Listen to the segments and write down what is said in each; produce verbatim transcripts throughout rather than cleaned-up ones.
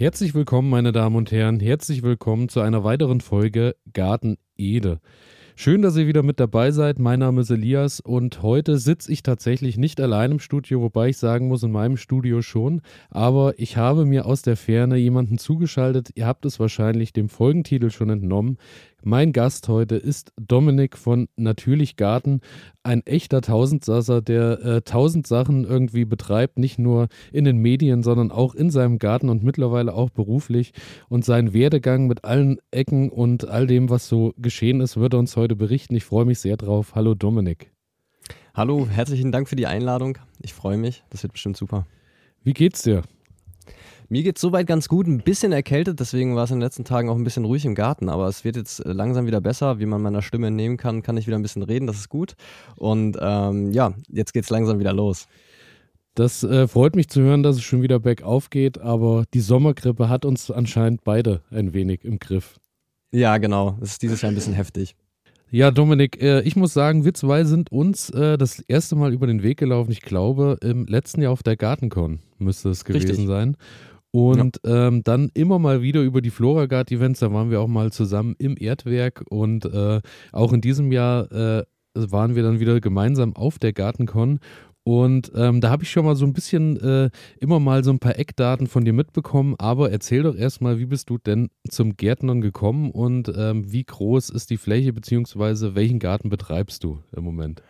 Herzlich willkommen, meine Damen und Herren. Herzlich willkommen zu einer weiteren Folge Garten Ede. Schön, dass ihr wieder mit dabei seid. Mein Name ist Elias und heute sitze ich tatsächlich nicht allein im Studio, wobei ich sagen muss, in meinem Studio schon. Aber ich habe mir aus der Ferne jemanden zugeschaltet. Ihr habt es wahrscheinlich dem Folgentitel schon entnommen. Mein Gast heute ist Dominik von Natürlich Garten, ein echter Tausendsasser, der äh, tausend Sachen irgendwie betreibt, nicht nur in den Medien, sondern auch in seinem Garten und mittlerweile auch beruflich. Und seinen Werdegang mit allen Ecken und all dem, was so geschehen ist, wird er uns heute berichten. Ich freue mich sehr drauf. Hallo Dominik. Hallo, herzlichen Dank für die Einladung. Ich freue mich, das wird bestimmt super. Wie geht's dir? Mir geht's soweit ganz gut, ein bisschen erkältet, deswegen war es in den letzten Tagen auch ein bisschen ruhig im Garten, aber es wird jetzt langsam wieder besser, wie man meiner Stimme entnehmen kann, kann ich wieder ein bisschen reden, das ist gut und ähm, ja, jetzt geht's langsam wieder los. Das äh, freut mich zu hören, dass es schon wieder bergauf geht, aber die Sommergrippe hat uns anscheinend beide ein wenig im Griff. Ja, genau, es ist dieses Jahr ein bisschen heftig. Ja, Dominik, äh, ich muss sagen, wir zwei sind uns äh, das erste Mal über den Weg gelaufen, ich glaube, im letzten Jahr auf der Gartencon müsste es gewesen Richtig. sein. Und ja. ähm, dann immer mal wieder über die Floragard-Events, da waren wir auch mal zusammen im Erdwerk und äh, auch in diesem Jahr äh, waren wir dann wieder gemeinsam auf der Gartencon. Und ähm, da habe ich schon mal so ein bisschen äh, immer mal so ein paar Eckdaten von dir mitbekommen, aber erzähl doch erstmal, wie bist du denn zum Gärtnern gekommen und ähm, wie groß ist die Fläche, beziehungsweise welchen Garten betreibst du im Moment?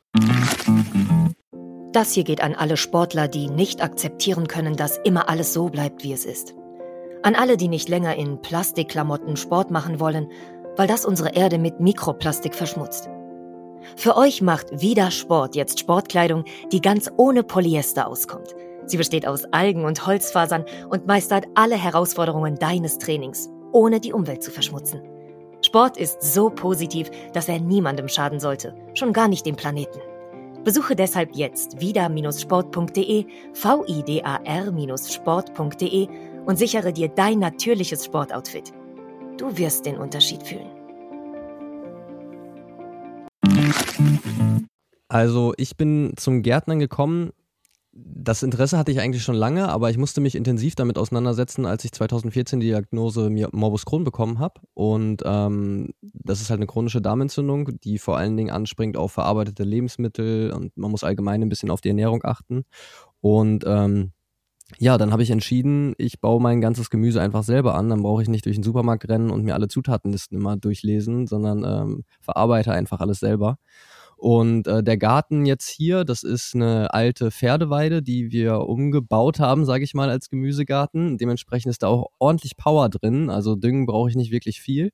Das hier geht an alle Sportler, die nicht akzeptieren können, dass immer alles so bleibt, wie es ist. An alle, die nicht länger in Plastikklamotten Sport machen wollen, weil das unsere Erde mit Mikroplastik verschmutzt. Für euch macht Vida Sport jetzt Sportkleidung, die ganz ohne Polyester auskommt. Sie besteht aus Algen und Holzfasern und meistert alle Herausforderungen deines Trainings, ohne die Umwelt zu verschmutzen. Sport ist so positiv, dass er niemandem schaden sollte, schon gar nicht dem Planeten. Besuche deshalb jetzt vida Sport punkt de, V I D A R Sport punkt de und sichere dir dein natürliches Sportoutfit. Du wirst den Unterschied fühlen. Also ich bin zum Gärtnern gekommen, das Interesse hatte ich eigentlich schon lange, aber ich musste mich intensiv damit auseinandersetzen, als ich zweitausendvierzehn die Diagnose Morbus Crohn bekommen habe. Und ähm, das ist halt eine chronische Darmentzündung, die vor allen Dingen anspringt auf verarbeitete Lebensmittel und man muss allgemein ein bisschen auf die Ernährung achten. Und ähm, ja, dann habe ich entschieden, ich baue mein ganzes Gemüse einfach selber an. Dann brauche ich nicht durch den Supermarkt rennen und mir alle Zutatenlisten immer durchlesen, sondern ähm, verarbeite einfach alles selber. Und äh, der Garten jetzt hier, das ist eine alte Pferdeweide, die wir umgebaut haben, sage ich mal, als Gemüsegarten. Dementsprechend ist da auch ordentlich Power drin, also Düngen brauche ich nicht wirklich viel.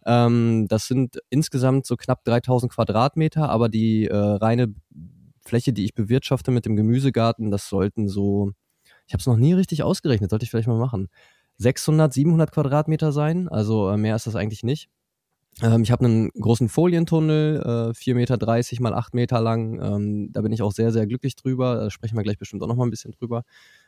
Ähm, das sind insgesamt so knapp dreitausend Quadratmeter, aber die äh, reine Fläche, die ich bewirtschafte mit dem Gemüsegarten, das sollten so, ich habe es noch nie richtig ausgerechnet, sollte ich vielleicht mal machen, sechshundert, siebenhundert Quadratmeter sein, also äh, mehr ist das eigentlich nicht. Ähm, ich habe einen großen Folientunnel, äh, vier Meter dreißig mal acht Meter lang. Ähm, da bin ich auch sehr, sehr glücklich drüber. Da sprechen wir gleich bestimmt auch noch mal ein bisschen drüber.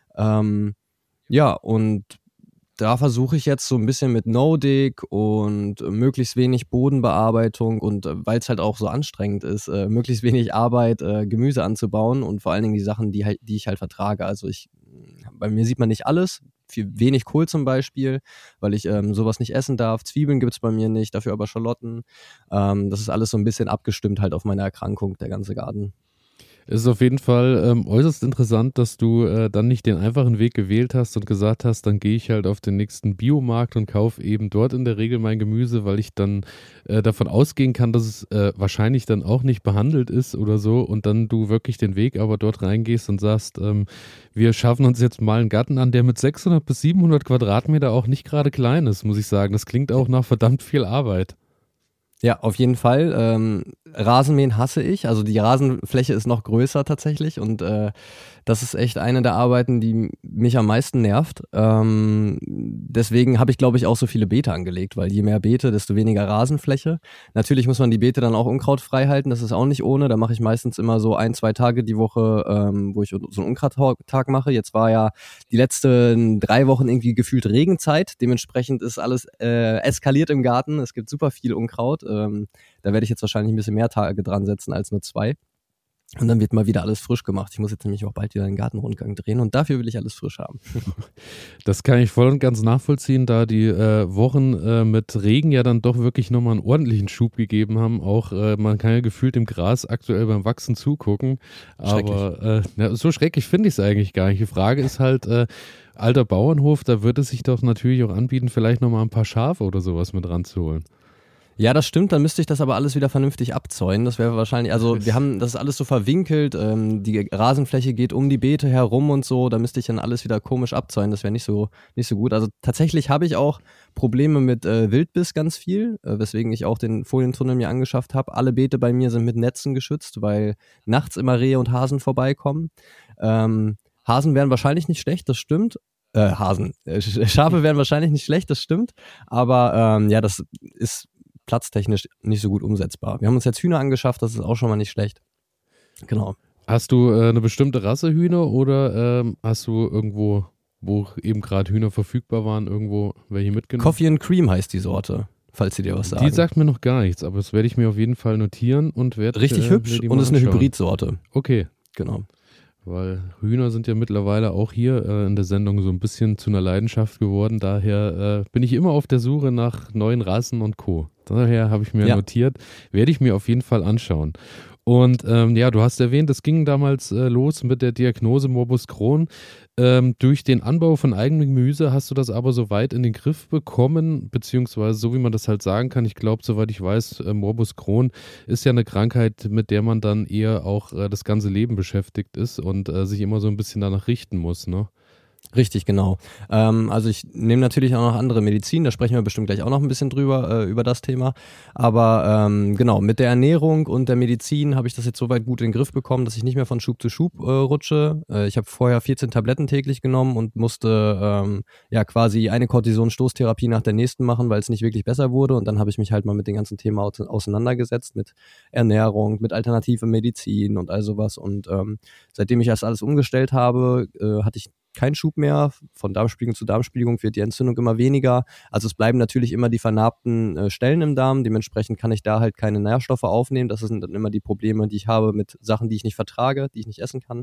Ähm, ja, und da versuche ich jetzt so ein bisschen mit No-Dig und äh, möglichst wenig Bodenbearbeitung und äh, weil es halt auch so anstrengend ist, äh, möglichst wenig Arbeit, äh, Gemüse anzubauen und vor allen Dingen die Sachen, die, halt, die ich halt vertrage. Also ich, bei mir sieht man nicht alles. Viel, wenig Kohl zum Beispiel, weil ich ähm, sowas nicht essen darf. Zwiebeln gibt es bei mir nicht, dafür aber Schalotten. Ähm, das ist alles so ein bisschen abgestimmt halt auf meine Erkrankung, der ganze Garten. Es ist auf jeden Fall ähm, äußerst interessant, dass du äh, dann nicht den einfachen Weg gewählt hast und gesagt hast, dann gehe ich halt auf den nächsten Biomarkt und kaufe eben dort in der Regel mein Gemüse, weil ich dann äh, davon ausgehen kann, dass es äh, wahrscheinlich dann auch nicht behandelt ist oder so und dann du wirklich den Weg aber dort reingehst und sagst, ähm, wir schaffen uns jetzt mal einen Garten an, der mit sechshundert bis siebenhundert Quadratmeter auch nicht gerade klein ist, muss ich sagen. Das klingt auch nach verdammt viel Arbeit. Ja, auf jeden Fall. Ähm, Rasenmähen hasse ich. Also die Rasenfläche ist noch größer tatsächlich und äh, das ist echt eine der Arbeiten, die mich am meisten nervt. Ähm, deswegen habe ich, glaube ich, auch so viele Beete angelegt, weil je mehr Beete, desto weniger Rasenfläche. Natürlich muss man die Beete dann auch unkrautfrei halten, das ist auch nicht ohne. Da mache ich meistens immer so ein, zwei Tage die Woche, ähm, wo ich so einen Unkrauttag mache. Jetzt war ja die letzten drei Wochen irgendwie gefühlt Regenzeit. Dementsprechend ist alles äh, eskaliert im Garten. Es gibt super viel Unkraut. Ähm, da werde ich jetzt wahrscheinlich ein bisschen mehr Tage dran setzen als nur zwei. Und dann wird mal wieder alles frisch gemacht. Ich muss jetzt nämlich auch bald wieder einen Gartenrundgang drehen und dafür will ich alles frisch haben. Das kann ich voll und ganz nachvollziehen, da die äh, Wochen äh, mit Regen ja dann doch wirklich nochmal einen ordentlichen Schub gegeben haben. Auch äh, man kann ja gefühlt dem Gras aktuell beim Wachsen zugucken. Aber äh, na, so schrecklich finde ich es eigentlich gar nicht. Die Frage ist halt, äh, alter Bauernhof, da würde es sich doch natürlich auch anbieten, vielleicht nochmal ein paar Schafe oder sowas mit ranzuholen. Ja, das stimmt, dann müsste ich das aber alles wieder vernünftig abzäunen. Das wäre wahrscheinlich, also wir haben, das ist alles so verwinkelt, ähm, die Rasenfläche geht um die Beete herum und so, da müsste ich dann alles wieder komisch abzäunen, das wäre nicht so, nicht so gut. Also tatsächlich habe ich auch Probleme mit äh, Wildbiss ganz viel, äh, weswegen ich auch den Folientunnel mir angeschafft habe. Alle Beete bei mir sind mit Netzen geschützt, weil nachts immer Rehe und Hasen vorbeikommen. Ähm, Hasen wären wahrscheinlich nicht schlecht, das stimmt. Äh, Hasen, äh, Schafe wären wahrscheinlich nicht schlecht, das stimmt, aber ähm, ja, das ist platztechnisch nicht so gut umsetzbar. Wir haben uns jetzt Hühner angeschafft, das ist auch schon mal nicht schlecht. Genau. Hast du äh, eine bestimmte Rasse Hühner oder ähm, hast du irgendwo, wo eben gerade Hühner verfügbar waren, irgendwo welche mitgenommen? Coffee and Cream heißt die Sorte, falls sie dir was sagen. Die sagt mir noch gar nichts, aber das werde ich mir auf jeden Fall notieren und werde Richtig äh, hübsch und ist eine Hybridsorte. Okay. Genau. Weil Hühner sind ja mittlerweile auch hier äh, in der Sendung so ein bisschen zu einer Leidenschaft geworden. Daher äh, bin ich immer auf der Suche nach neuen Rassen und Co. Daher habe ich mir ja. notiert, werde ich mir auf jeden Fall anschauen. Und ähm, ja, du hast erwähnt, es ging damals äh, los mit der Diagnose Morbus Crohn. Ähm, durch den Anbau von eigenem Gemüse hast du das aber so weit in den Griff bekommen, beziehungsweise so wie man das halt sagen kann, ich glaube, soweit ich weiß, äh, Morbus Crohn ist ja eine Krankheit, mit der man dann eher auch äh, das ganze Leben beschäftigt ist und äh, sich immer so ein bisschen danach richten muss, ne? Richtig, genau. Ähm, also ich nehme natürlich auch noch andere Medizin, da sprechen wir bestimmt gleich auch noch ein bisschen drüber, äh, über das Thema. Aber ähm, genau, mit der Ernährung und der Medizin habe ich das jetzt soweit gut in den Griff bekommen, dass ich nicht mehr von Schub zu Schub äh, rutsche. Äh, ich habe vorher vierzehn Tabletten täglich genommen und musste ähm, ja quasi eine Cortison-Stoßtherapie nach der nächsten machen, weil es nicht wirklich besser wurde. Und dann habe ich mich halt mal mit dem ganzen Thema au- auseinandergesetzt, mit Ernährung, mit alternativer Medizin und all sowas. Und ähm, seitdem ich das alles umgestellt habe, äh, hatte ich kein Schub mehr, von Darmspiegelung zu Darmspiegelung wird die Entzündung immer weniger, also es bleiben natürlich immer die vernarbten äh, Stellen im Darm, dementsprechend kann ich da halt keine Nährstoffe aufnehmen, das sind dann immer die Probleme, die ich habe mit Sachen, die ich nicht vertrage, die ich nicht essen kann,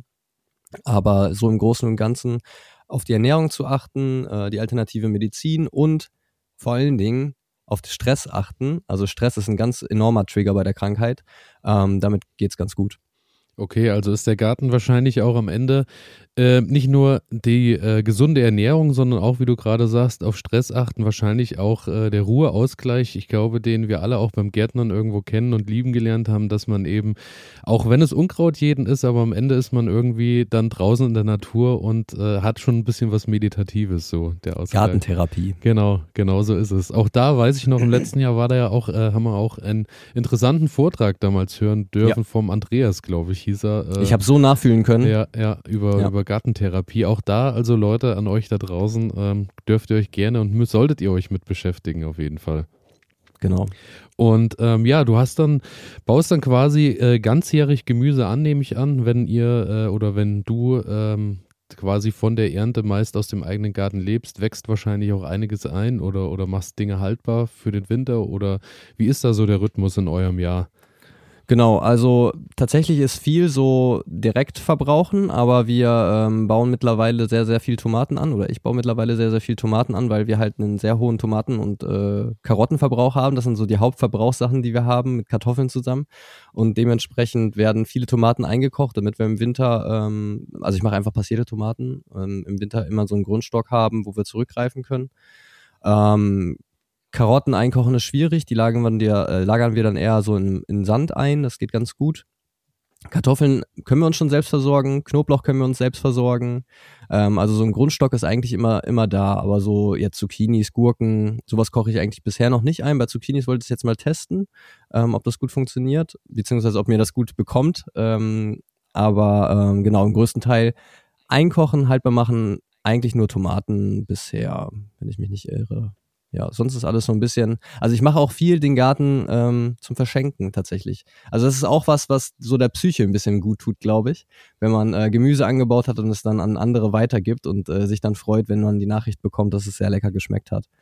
aber so im Großen und Ganzen auf die Ernährung zu achten, äh, die alternative Medizin und vor allen Dingen auf den Stress achten, also Stress ist ein ganz enormer Trigger bei der Krankheit, ähm, damit geht's ganz gut. Okay, also ist der Garten wahrscheinlich auch am Ende äh, nicht nur die äh, gesunde Ernährung, sondern auch, wie du gerade sagst, auf Stress achten, wahrscheinlich auch äh, der Ruheausgleich. Ich glaube, den wir alle auch beim Gärtnern irgendwo kennen und lieben gelernt haben, dass man eben, auch wenn es Unkraut jeden ist, aber am Ende ist man irgendwie dann draußen in der Natur und äh, hat schon ein bisschen was Meditatives, so der Ausgleich. Gartentherapie. Genau, genau so ist es. Auch da weiß ich noch, im letzten Jahr war da ja auch, äh, haben wir auch einen interessanten Vortrag damals hören dürfen, ja. vom Andreas, glaube ich. Äh, ich habe so nachfühlen können. Ja, ja, über, ja. über Gartentherapie. Auch da, also Leute, an euch da draußen, ähm, dürft ihr euch gerne und müsst, solltet ihr euch mit beschäftigen, auf jeden Fall. Genau. Und ähm, ja, du hast dann, baust dann quasi äh, ganzjährig Gemüse an, nehme ich an, wenn ihr äh, oder wenn du ähm, quasi von der Ernte meist aus dem eigenen Garten lebst, wächst wahrscheinlich auch einiges ein oder, oder machst Dinge haltbar für den Winter oder wie ist da so der Rhythmus in eurem Jahr? Genau, also tatsächlich ist viel so direkt verbrauchen, aber wir ähm, bauen mittlerweile sehr, sehr viel Tomaten an oder ich baue mittlerweile sehr, sehr viel Tomaten an, weil wir halt einen sehr hohen Tomaten- und äh, Karottenverbrauch haben. Das sind so die Hauptverbrauchssachen, die wir haben mit Kartoffeln zusammen und dementsprechend werden viele Tomaten eingekocht, damit wir im Winter, ähm, also ich mache einfach passierte Tomaten, ähm, im Winter immer so einen Grundstock haben, wo wir zurückgreifen können. Ähm, Karotten einkochen ist schwierig, die lagern wir, äh, lagern wir dann eher so in, in Sand ein, das geht ganz gut. Kartoffeln können wir uns schon selbst versorgen, Knoblauch können wir uns selbst versorgen. Ähm, also so ein Grundstock ist eigentlich immer, immer da, aber so jetzt Zucchinis, Gurken, sowas koche ich eigentlich bisher noch nicht ein. Bei Zucchinis wollte ich es jetzt mal testen, ähm, ob das gut funktioniert, beziehungsweise ob mir das gut bekommt. Ähm, aber ähm, genau, im größten Teil einkochen, haltbar machen, eigentlich nur Tomaten bisher, wenn ich mich nicht irre. Ja, sonst ist alles so ein bisschen, also ich mache auch viel den Garten ähm, zum Verschenken tatsächlich. Also das ist auch was, was so der Psyche ein bisschen gut tut, glaube ich, wenn man äh, Gemüse angebaut hat und es dann an andere weitergibt und äh, sich dann freut, wenn man die Nachricht bekommt, dass es sehr lecker geschmeckt hat.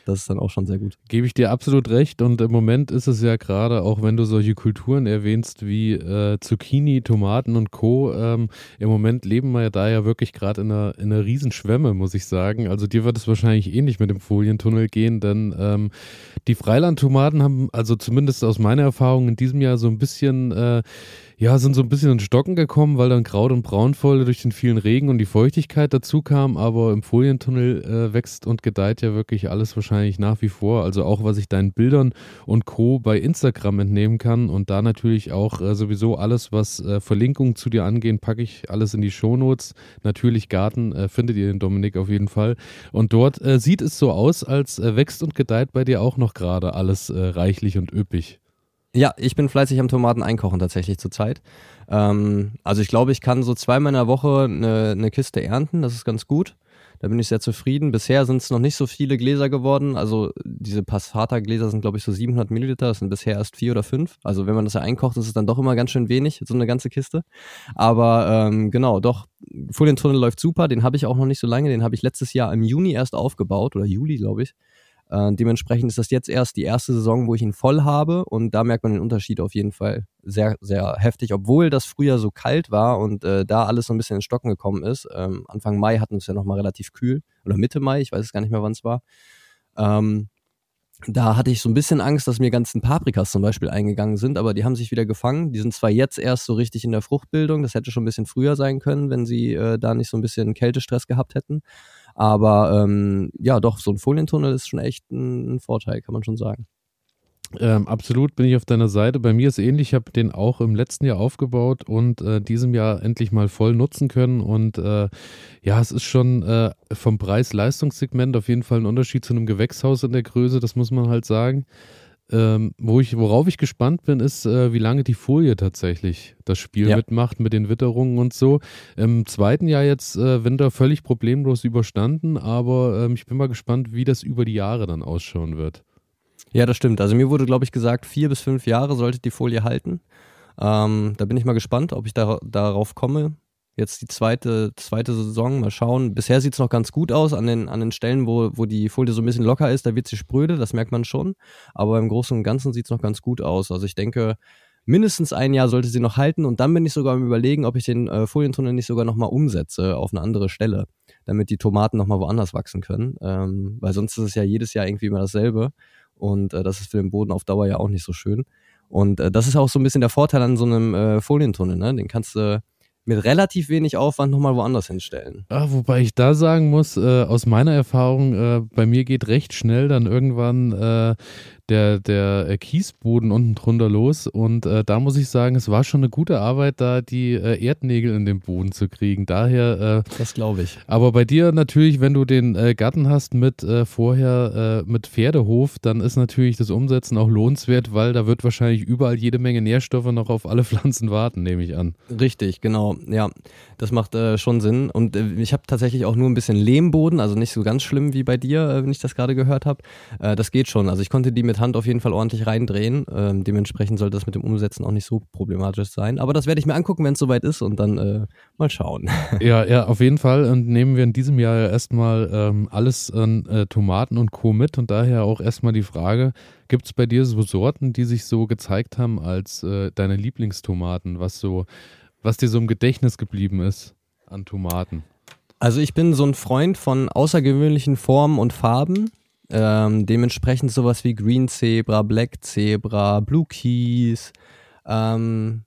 Das ist dann auch schon sehr gut. Gebe ich dir absolut recht und im Moment ist es ja gerade, auch wenn du solche Kulturen erwähnst wie äh, Zucchini, Tomaten und Co., ähm, im Moment leben wir ja da ja wirklich gerade in einer, in einer Riesenschwemme, muss ich sagen. Also dir wird es wahrscheinlich ähnlich mit dem Folientunnel gehen, denn ähm, die Freilandtomaten haben, also zumindest aus meiner Erfahrung in diesem Jahr so ein bisschen, äh, ja, sind so ein bisschen in Stocken gekommen, weil dann Kraut- und Braunfäule durch den vielen Regen und die Feuchtigkeit dazu kam, aber im Folientunnel äh, wächst und gedeiht ja wirklich alles wahrscheinlich nach wie vor, also auch was ich deinen Bildern und Co. bei Instagram entnehmen kann und da natürlich auch äh, sowieso alles, was äh, Verlinkungen zu dir angehen, packe ich alles in die Shownotes, natürlich Garten, äh, findet ihr den Dominik auf jeden Fall und dort äh, sieht es so aus, als äh, wächst und gedeiht bei dir auch noch gerade alles äh, reichlich und üppig. Ja, ich bin fleißig am Tomaten einkochen tatsächlich zurzeit. Ähm, also ich glaube, ich kann so zweimal in der Woche eine, eine Kiste ernten, das ist ganz gut. Da bin ich sehr zufrieden. Bisher sind es noch nicht so viele Gläser geworden. Also diese Passata-Gläser sind, glaube ich, so siebenhundert Milliliter. Das sind bisher erst vier oder fünf. Also wenn man das ja einkocht, ist es dann doch immer ganz schön wenig, so eine ganze Kiste. Aber ähm, genau, doch, Folientunnel läuft super. Den habe ich auch noch nicht so lange. Den habe ich letztes Jahr im Juni erst aufgebaut oder Juli, glaube ich. Äh, dementsprechend ist das jetzt erst die erste Saison, wo ich ihn voll habe und da merkt man den Unterschied auf jeden Fall sehr, sehr heftig, obwohl das Frühjahr so kalt war und äh, da alles so ein bisschen ins Stocken gekommen ist. Ähm, Anfang Mai hatten wir es ja nochmal relativ kühl oder Mitte Mai, ich weiß es gar nicht mehr, wann es war. Ähm, da hatte ich so ein bisschen Angst, dass mir ganzen Paprikas zum Beispiel eingegangen sind, aber die haben sich wieder gefangen. Die sind zwar jetzt erst so richtig in der Fruchtbildung, das hätte schon ein bisschen früher sein können, wenn sie äh, da nicht so ein bisschen Kältestress gehabt hätten. Aber ähm, ja, doch, so ein Folientunnel ist schon echt ein, ein Vorteil, kann man schon sagen. Ähm, absolut bin ich auf deiner Seite. Bei mir ist ähnlich, ich habe den auch im letzten Jahr aufgebaut und äh, diesem Jahr endlich mal voll nutzen können und äh, ja, es ist schon äh, vom Preis-Leistungssegment auf jeden Fall ein Unterschied zu einem Gewächshaus in der Größe, das muss man halt sagen. Ähm, wo ich, worauf ich gespannt bin, ist, äh, wie lange die Folie tatsächlich das Spiel Ja. mitmacht mit den Witterungen und so. Im zweiten Jahr jetzt äh, Winter völlig problemlos überstanden, aber ähm, ich bin mal gespannt, wie das über die Jahre dann ausschauen wird. Ja, das stimmt. Also mir wurde, glaube ich, gesagt, vier bis fünf Jahre sollte die Folie halten. Ähm, da bin ich mal gespannt, ob ich da, darauf komme. Jetzt die zweite, zweite Saison, mal schauen. Bisher sieht es noch ganz gut aus an den, an den Stellen, wo, wo die Folie so ein bisschen locker ist, da wird sie spröde, das merkt man schon. Aber im Großen und Ganzen sieht es noch ganz gut aus. Also ich denke, mindestens ein Jahr sollte sie noch halten und dann bin ich sogar am Überlegen, ob ich den äh, Folientunnel nicht sogar nochmal umsetze auf eine andere Stelle, damit die Tomaten nochmal woanders wachsen können. Ähm, weil sonst ist es ja jedes Jahr irgendwie immer dasselbe und äh, das ist für den Boden auf Dauer ja auch nicht so schön. Und äh, das ist auch so ein bisschen der Vorteil an so einem äh, Folientunnel, ne? Den kannst du äh, mit relativ wenig Aufwand nochmal woanders hinstellen. Ah, wobei ich da sagen muss, äh, aus meiner Erfahrung, äh, bei mir geht recht schnell dann irgendwann äh, der, der äh, Kiesboden unten drunter los und äh, da muss ich sagen, es war schon eine gute Arbeit, da die äh, Erdnägel in den Boden zu kriegen. Daher, äh, Das glaube ich. aber bei dir natürlich, wenn du den äh, Garten hast mit äh, vorher äh, mit Pferdehof, dann ist natürlich das Umsetzen auch lohnenswert, weil da wird wahrscheinlich überall jede Menge Nährstoffe noch auf alle Pflanzen warten, nehme ich an. Richtig, genau. Ja, das macht äh, schon Sinn. Und äh, ich habe tatsächlich auch nur ein bisschen Lehmboden, also nicht so ganz schlimm wie bei dir, äh, wenn ich das gerade gehört habe. Äh, das geht schon. Also ich konnte die mit Hand auf jeden Fall ordentlich reindrehen. Ähm, dementsprechend sollte das mit dem Umsetzen auch nicht so problematisch sein. Aber das werde ich mir angucken, wenn es soweit ist und dann äh, mal schauen. Ja, ja, auf jeden Fall. Und nehmen wir in diesem Jahr ja erstmal ähm, alles an äh, Tomaten und Co. mit und daher auch erstmal die Frage, gibt es bei dir so Sorten, die sich so gezeigt haben als äh, deine Lieblingstomaten, was so, was dir so im Gedächtnis geblieben ist an Tomaten? Also ich bin so ein Freund von außergewöhnlichen Formen und Farben. Ähm, dementsprechend sowas wie Green Zebra, Black Zebra, Blue Keys. Ähm,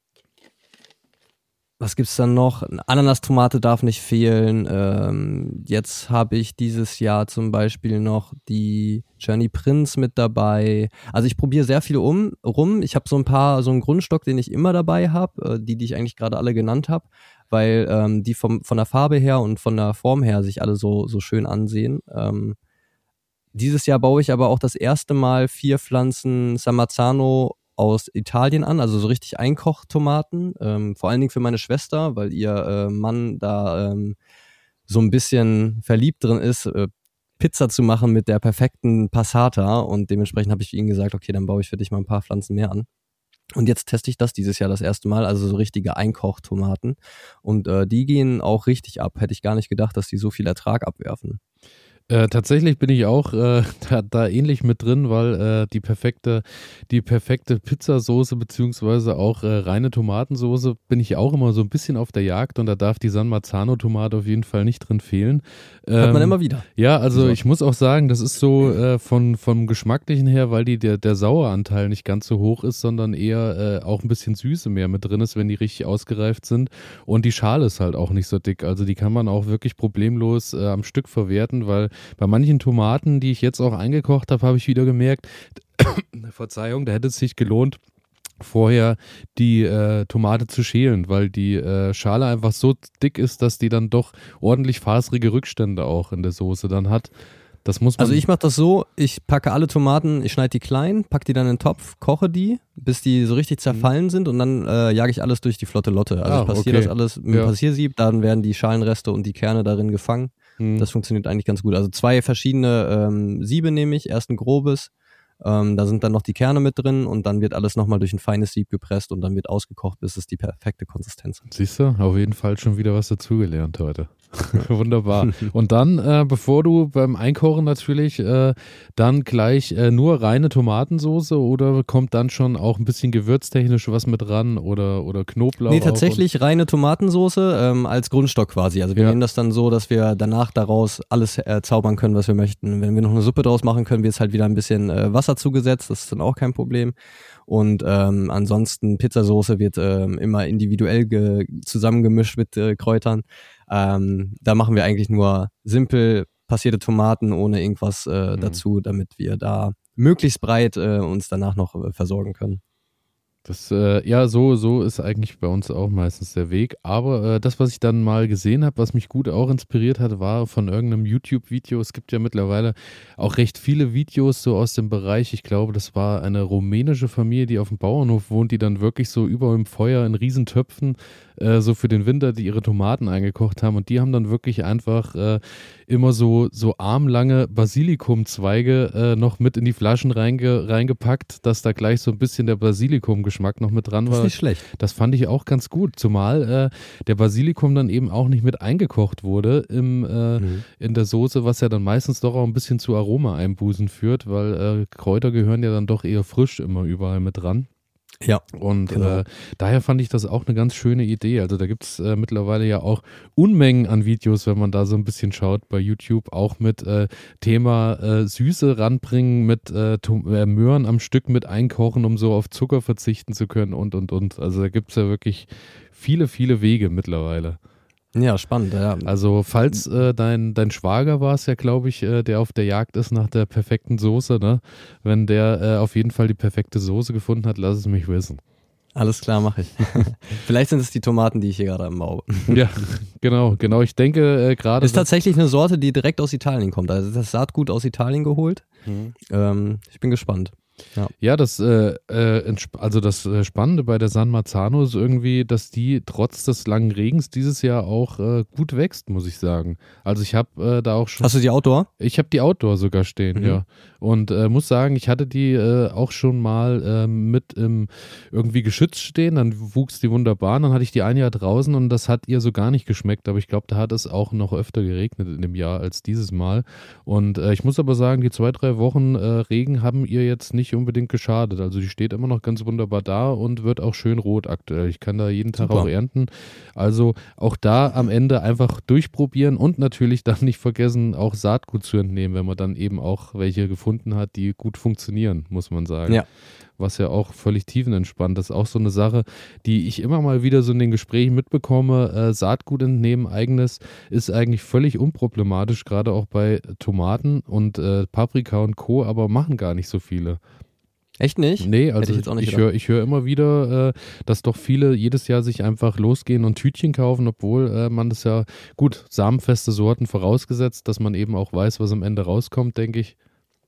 was gibt's dann noch? Ananas-Tomate darf nicht fehlen. Ähm, jetzt habe ich dieses Jahr zum Beispiel noch die Journey Prince mit dabei. Also ich probiere sehr viel um, rum. Ich habe so ein paar, so einen Grundstock, den ich immer dabei habe, äh, die, die ich eigentlich gerade alle genannt habe, weil ähm, die vom, von der Farbe her und von der Form her sich alle so, so schön ansehen. Ähm, Dieses Jahr baue ich aber auch das erste Mal vier Pflanzen Samazzano aus Italien an, also so richtig Einkochtomaten, ähm, vor allen Dingen für meine Schwester, weil ihr äh, Mann da ähm, so ein bisschen verliebt drin ist, äh, Pizza zu machen mit der perfekten Passata und dementsprechend habe ich für ihn gesagt, okay, dann baue ich für dich mal ein paar Pflanzen mehr an. Und jetzt teste ich das dieses Jahr das erste Mal, also so richtige Einkochtomaten und äh, die gehen auch richtig ab, hätte ich gar nicht gedacht, dass die so viel Ertrag abwerfen. Äh, tatsächlich bin ich auch äh, da, da ähnlich mit drin, weil äh, die perfekte, die perfekte Pizzasoße beziehungsweise auch äh, reine Tomatensoße bin ich auch immer so ein bisschen auf der Jagd und da darf die San Marzano-Tomate auf jeden Fall nicht drin fehlen. Ähm, Hört man immer wieder. Ja, also So. ich muss auch sagen, das ist so äh, von, vom Geschmacklichen her, weil die, der, der Saueranteil nicht ganz so hoch ist, sondern eher äh, auch ein bisschen Süße mehr mit drin ist, wenn die richtig ausgereift sind. Und die Schale ist halt auch nicht so dick. Also die kann man auch wirklich problemlos äh, am Stück verwerten, weil bei manchen Tomaten, die ich jetzt auch eingekocht habe, habe ich wieder gemerkt, Verzeihung, da hätte es sich gelohnt, vorher die äh, Tomate zu schälen, weil die äh, Schale einfach so dick ist, dass die dann doch ordentlich faserige Rückstände auch in der Soße dann hat. Das muss man Also ich mache das so, ich packe alle Tomaten, ich schneide die klein, packe die dann in den Topf, koche die, bis die so richtig zerfallen sind und dann äh, jage ich alles durch die flotte Lotte. Also Ah, ich passiere okay. das alles mit dem Ja. Passiersieb, dann werden die Schalenreste und die Kerne darin gefangen. Hm. Das funktioniert eigentlich ganz gut. Also zwei verschiedene ähm, Siebe nehme ich, erst ein grobes, ähm, da sind dann noch die Kerne mit drin und dann wird alles nochmal durch ein feines Sieb gepresst und dann wird ausgekocht, bis es die perfekte Konsistenz hat. Siehst du, auf jeden Fall schon wieder was dazugelernt heute. Wunderbar. Und dann, äh, bevor du beim Einkochen natürlich, äh, dann gleich äh, nur reine Tomatensoße oder kommt dann schon auch ein bisschen gewürztechnisch was mit ran oder, oder Knoblauch? Nee, auch tatsächlich reine Tomatensoße ähm, als Grundstock quasi. Also wir Ja. nehmen das dann so, dass wir danach daraus alles äh, zaubern können, was wir möchten. Wenn wir noch eine Suppe draus machen können, wird es halt wieder ein bisschen äh, Wasser zugesetzt. Das ist dann auch kein Problem. Und ähm, ansonsten Pizzasoße wird ähm, immer individuell ge- zusammengemischt mit äh, Kräutern. Ähm, da machen wir eigentlich nur simpel passierte Tomaten ohne irgendwas äh, Mhm. dazu, damit wir da möglichst breit äh, uns danach noch äh, versorgen können. Das, äh, ja, so, so ist eigentlich bei uns auch meistens der Weg. Aber äh, das, was ich dann mal gesehen habe, was mich gut auch inspiriert hat, war von irgendeinem YouTube-Video. Es gibt ja mittlerweile auch recht viele Videos so aus dem Bereich. Ich glaube, das war eine rumänische Familie, die auf dem Bauernhof wohnt, die dann wirklich so über dem Feuer in Riesentöpfen äh, so für den Winter, die ihre Tomaten eingekocht haben. Und die haben dann wirklich einfach äh, immer so, so armlange Basilikumzweige äh, noch mit in die Flaschen reinge, reingepackt, dass da gleich so ein bisschen der Basilikumgeschmack noch mit dran Das ist war. nicht schlecht. Das fand ich auch ganz gut, zumal äh, der Basilikum dann eben auch nicht mit eingekocht wurde im, äh, Mhm. in der Soße, was ja dann meistens doch auch ein bisschen zu Aroma-Einbußen führt, weil äh, Kräuter gehören ja dann doch eher frisch immer überall mit dran. Ja. Und Genau. äh, daher fand ich das auch eine ganz schöne Idee. Also da gibt es äh, mittlerweile ja auch Unmengen an Videos, wenn man da so ein bisschen schaut bei YouTube, auch mit äh, Thema äh, Süße ranbringen, mit äh, Tom- äh, Möhren am Stück mit einkochen, um so auf Zucker verzichten zu können und, und, und. Also da gibt es ja wirklich viele, viele Wege mittlerweile. Ja, spannend. Ja. Also falls äh, dein, dein Schwager war es ja, glaube ich, äh, der auf der Jagd ist nach der perfekten Soße, ne? Wenn der äh, auf jeden Fall die perfekte Soße gefunden hat, lass es mich wissen. Alles klar, mache ich. Vielleicht sind es die Tomaten, die ich hier gerade am Bau. Ja, genau, genau. Ich denke äh, gerade... Ist tatsächlich eine Sorte, die direkt aus Italien kommt. Also das Saatgut aus Italien geholt. Mhm. Ähm, ich bin gespannt. Ja, das, äh, äh, entsp- also das äh, Spannende bei der San Marzano ist irgendwie, dass die trotz des langen Regens dieses Jahr auch äh, gut wächst, muss ich sagen. Also ich habe äh, da auch schon... Hast du die Outdoor? Ich habe die Outdoor sogar stehen, Mhm. ja. Und äh, muss sagen, ich hatte die äh, auch schon mal äh, mit im irgendwie geschützt stehen, dann wuchs die wunderbar, dann hatte ich die ein Jahr draußen und das hat ihr so gar nicht geschmeckt, aber ich glaube, da hat es auch noch öfter geregnet in dem Jahr als dieses Mal. Und äh, ich muss aber sagen, die zwei, drei Wochen äh, Regen haben ihr jetzt nicht unbedingt geschadet. Also die steht immer noch ganz wunderbar da und wird auch schön rot aktuell. Ich kann da jeden Tag Super. auch ernten. Also auch da am Ende einfach durchprobieren und natürlich dann nicht vergessen, auch Saatgut zu entnehmen, wenn man dann eben auch welche gefunden hat, die gut funktionieren, muss man sagen. Ja. Was ja auch völlig tiefenentspannt ist. Auch so eine Sache, die ich immer mal wieder so in den Gesprächen mitbekomme. Äh, Saatgut entnehmen, eigenes, ist eigentlich völlig unproblematisch, gerade auch bei Tomaten und äh, Paprika und Co., aber machen gar nicht so viele. Echt nicht? Nee, Hätte also ich ich, jetzt auch nicht ich höre ich hör immer wieder, äh, dass doch viele jedes Jahr sich einfach losgehen und Tütchen kaufen, obwohl äh, man das ja, gut, samenfeste Sorten vorausgesetzt, dass man eben auch weiß, was am Ende rauskommt, denke ich.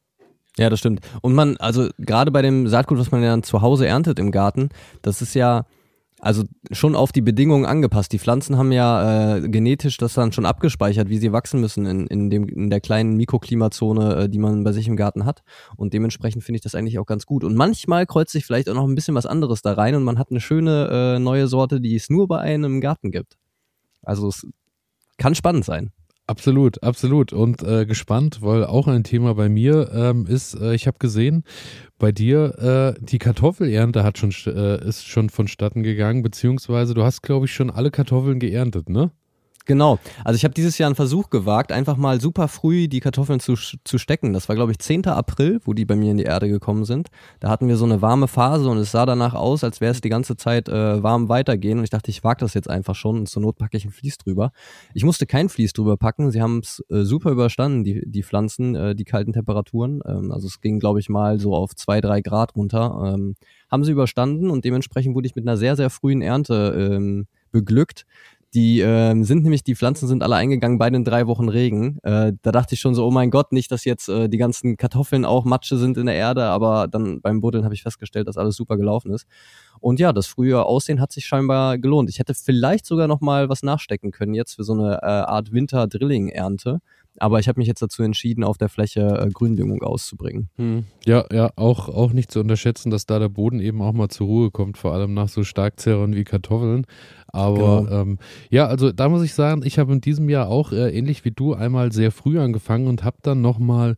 Ja, das stimmt. Und man, also gerade bei dem Saatgut, was man ja dann zu Hause erntet im Garten, das ist ja also schon auf die Bedingungen angepasst. Die Pflanzen haben ja äh, genetisch das dann schon abgespeichert, wie sie wachsen müssen in, in, dem, in der kleinen Mikroklimazone, äh, die man bei sich im Garten hat. Und dementsprechend finde ich das eigentlich auch ganz gut. Und manchmal kreuzt sich vielleicht auch noch ein bisschen was anderes da rein und man hat eine schöne äh, neue Sorte, die es nur bei einem im Garten gibt. Also es kann spannend sein. Absolut, absolut. Und äh, gespannt, weil auch ein Thema bei mir ähm, ist, äh, ich habe gesehen, bei dir äh, die Kartoffelernte hat schon äh, ist schon vonstatten gegangen, beziehungsweise du hast, glaube ich, schon alle Kartoffeln geerntet, ne? Genau. Also ich habe dieses Jahr einen Versuch gewagt, einfach mal super früh die Kartoffeln zu, zu stecken. Das war, glaube ich, zehnten April, wo die bei mir in die Erde gekommen sind. Da hatten wir so eine warme Phase und es sah danach aus, als wäre es die ganze Zeit äh, warm weitergehen. Und ich dachte, ich wage das jetzt einfach schon und zur Not packe ich ein Vlies drüber. Ich musste kein Vlies drüber packen. Sie haben es äh, super überstanden, die, die Pflanzen, äh, die kalten Temperaturen. Ähm, also es ging, glaube ich, mal so auf zwei, drei Grad runter. Ähm, haben sie überstanden und dementsprechend wurde ich mit einer sehr, sehr frühen Ernte ähm, beglückt. Die ähm, sind nämlich, die Pflanzen sind alle eingegangen bei den drei Wochen Regen. Äh, da dachte ich schon so, oh mein Gott, nicht, dass jetzt äh, die ganzen Kartoffeln auch Matsche sind in der Erde, aber dann beim Buddeln habe ich festgestellt, dass alles super gelaufen ist. Und ja, das frühe Aussehen hat sich scheinbar gelohnt. Ich hätte vielleicht sogar noch mal was nachstecken können jetzt für so eine äh, Art Winter-Drilling-Ernte. Aber ich habe mich jetzt dazu entschieden, auf der Fläche äh, Gründüngung auszubringen. Hm. Ja, ja, auch, auch nicht zu unterschätzen, dass da der Boden eben auch mal zur Ruhe kommt, vor allem nach so Starkzehrern wie Kartoffeln. Aber Genau. ähm, ja, also da muss ich sagen, ich habe in diesem Jahr auch äh, ähnlich wie du einmal sehr früh angefangen und habe dann nochmal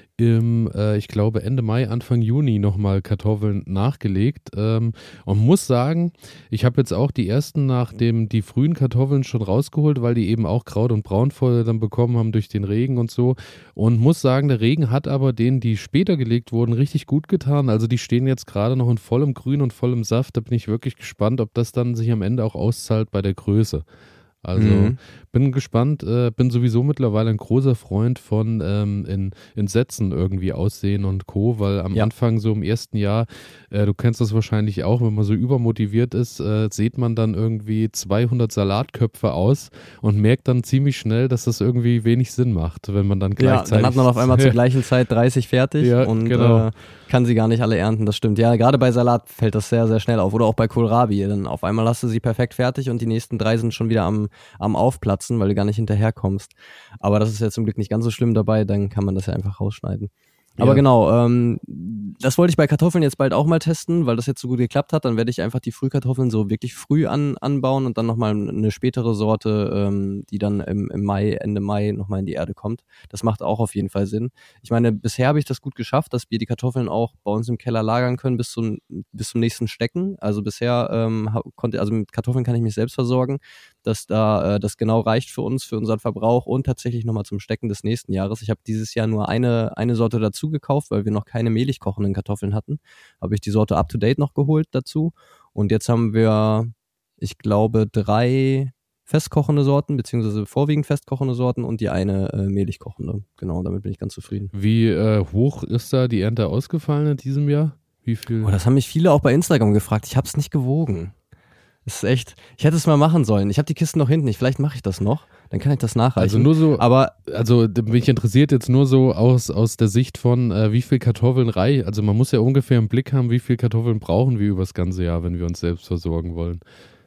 im, äh, ich glaube Ende Mai, Anfang Juni nochmal Kartoffeln nachgelegt ähm, und muss sagen, ich habe jetzt auch die ersten nach dem, die frühen Kartoffeln schon rausgeholt, weil die eben auch Kraut- und Braunfäule dann bekommen haben durch den Regen und so und muss sagen, der Regen hat aber denen, die später gelegt wurden, richtig gut getan, also die stehen jetzt gerade noch in vollem Grün und vollem Saft, da bin ich wirklich gespannt, ob das dann sich am Ende auch auszahlt bei der Größe. Also Mhm. bin gespannt, äh, bin sowieso mittlerweile ein großer Freund von ähm, in, in Sätzen irgendwie aussehen und Co., weil am Ja. Anfang so im ersten Jahr, äh, du kennst das wahrscheinlich auch, wenn man so übermotiviert ist, äh, sieht man dann irgendwie zweihundert Salatköpfe aus und merkt dann ziemlich schnell, dass das irgendwie wenig Sinn macht, wenn man dann Ja, gleichzeitig... dann hat man auf einmal zur gleichen Zeit dreißig fertig Ja, und genau. äh, kann sie gar nicht alle ernten, das stimmt. Ja, gerade bei Salat fällt das sehr, sehr schnell auf. Oder auch bei Kohlrabi. Dann auf einmal hast du sie perfekt fertig und die nächsten drei sind schon wieder am, am Aufplatzen, weil du gar nicht hinterherkommst. Aber das ist ja zum Glück nicht ganz so schlimm dabei, dann kann man das ja einfach rausschneiden. Aber Ja. genau, ähm, das wollte ich bei Kartoffeln jetzt bald auch mal testen, weil das jetzt so gut geklappt hat. Dann werde ich einfach die Frühkartoffeln so wirklich früh an, anbauen und dann nochmal eine spätere Sorte, ähm, die dann im, im Mai, Ende Mai nochmal in die Erde kommt. Das macht auch auf jeden Fall Sinn. Ich meine, bisher habe ich das gut geschafft, dass wir die Kartoffeln auch bei uns im Keller lagern können bis zum, bis zum nächsten Stecken. Also bisher ähm, ha- konnte, also mit Kartoffeln kann ich mich selbst versorgen, dass da äh, das genau reicht für uns, für unseren Verbrauch und tatsächlich nochmal zum Stecken des nächsten Jahres. Ich habe dieses Jahr nur eine, eine Sorte dazu gekauft, weil wir noch keine mehlig kochenden Kartoffeln hatten. Habe ich die Sorte Up to Date noch geholt dazu. Und jetzt haben wir, ich glaube, drei festkochende Sorten, beziehungsweise vorwiegend festkochende Sorten und die eine äh, mehlig kochende. Genau, damit bin ich ganz zufrieden. Wie äh, hoch ist da die Ernte ausgefallen in diesem Jahr? Wie viel? Oh, das haben mich viele auch bei Instagram gefragt. Ich habe es nicht gewogen. Das ist echt, ich hätte es mal machen sollen. Ich habe die Kisten noch hinten nicht. Vielleicht mache ich das noch. Dann kann ich das nachreichen. Also nur so, aber also mich interessiert jetzt nur so aus, aus der Sicht von, äh, wie viel Kartoffeln reichen. Also man muss ja ungefähr im Blick haben, wie viel Kartoffeln brauchen wir übers ganze Jahr, wenn wir uns selbst versorgen wollen.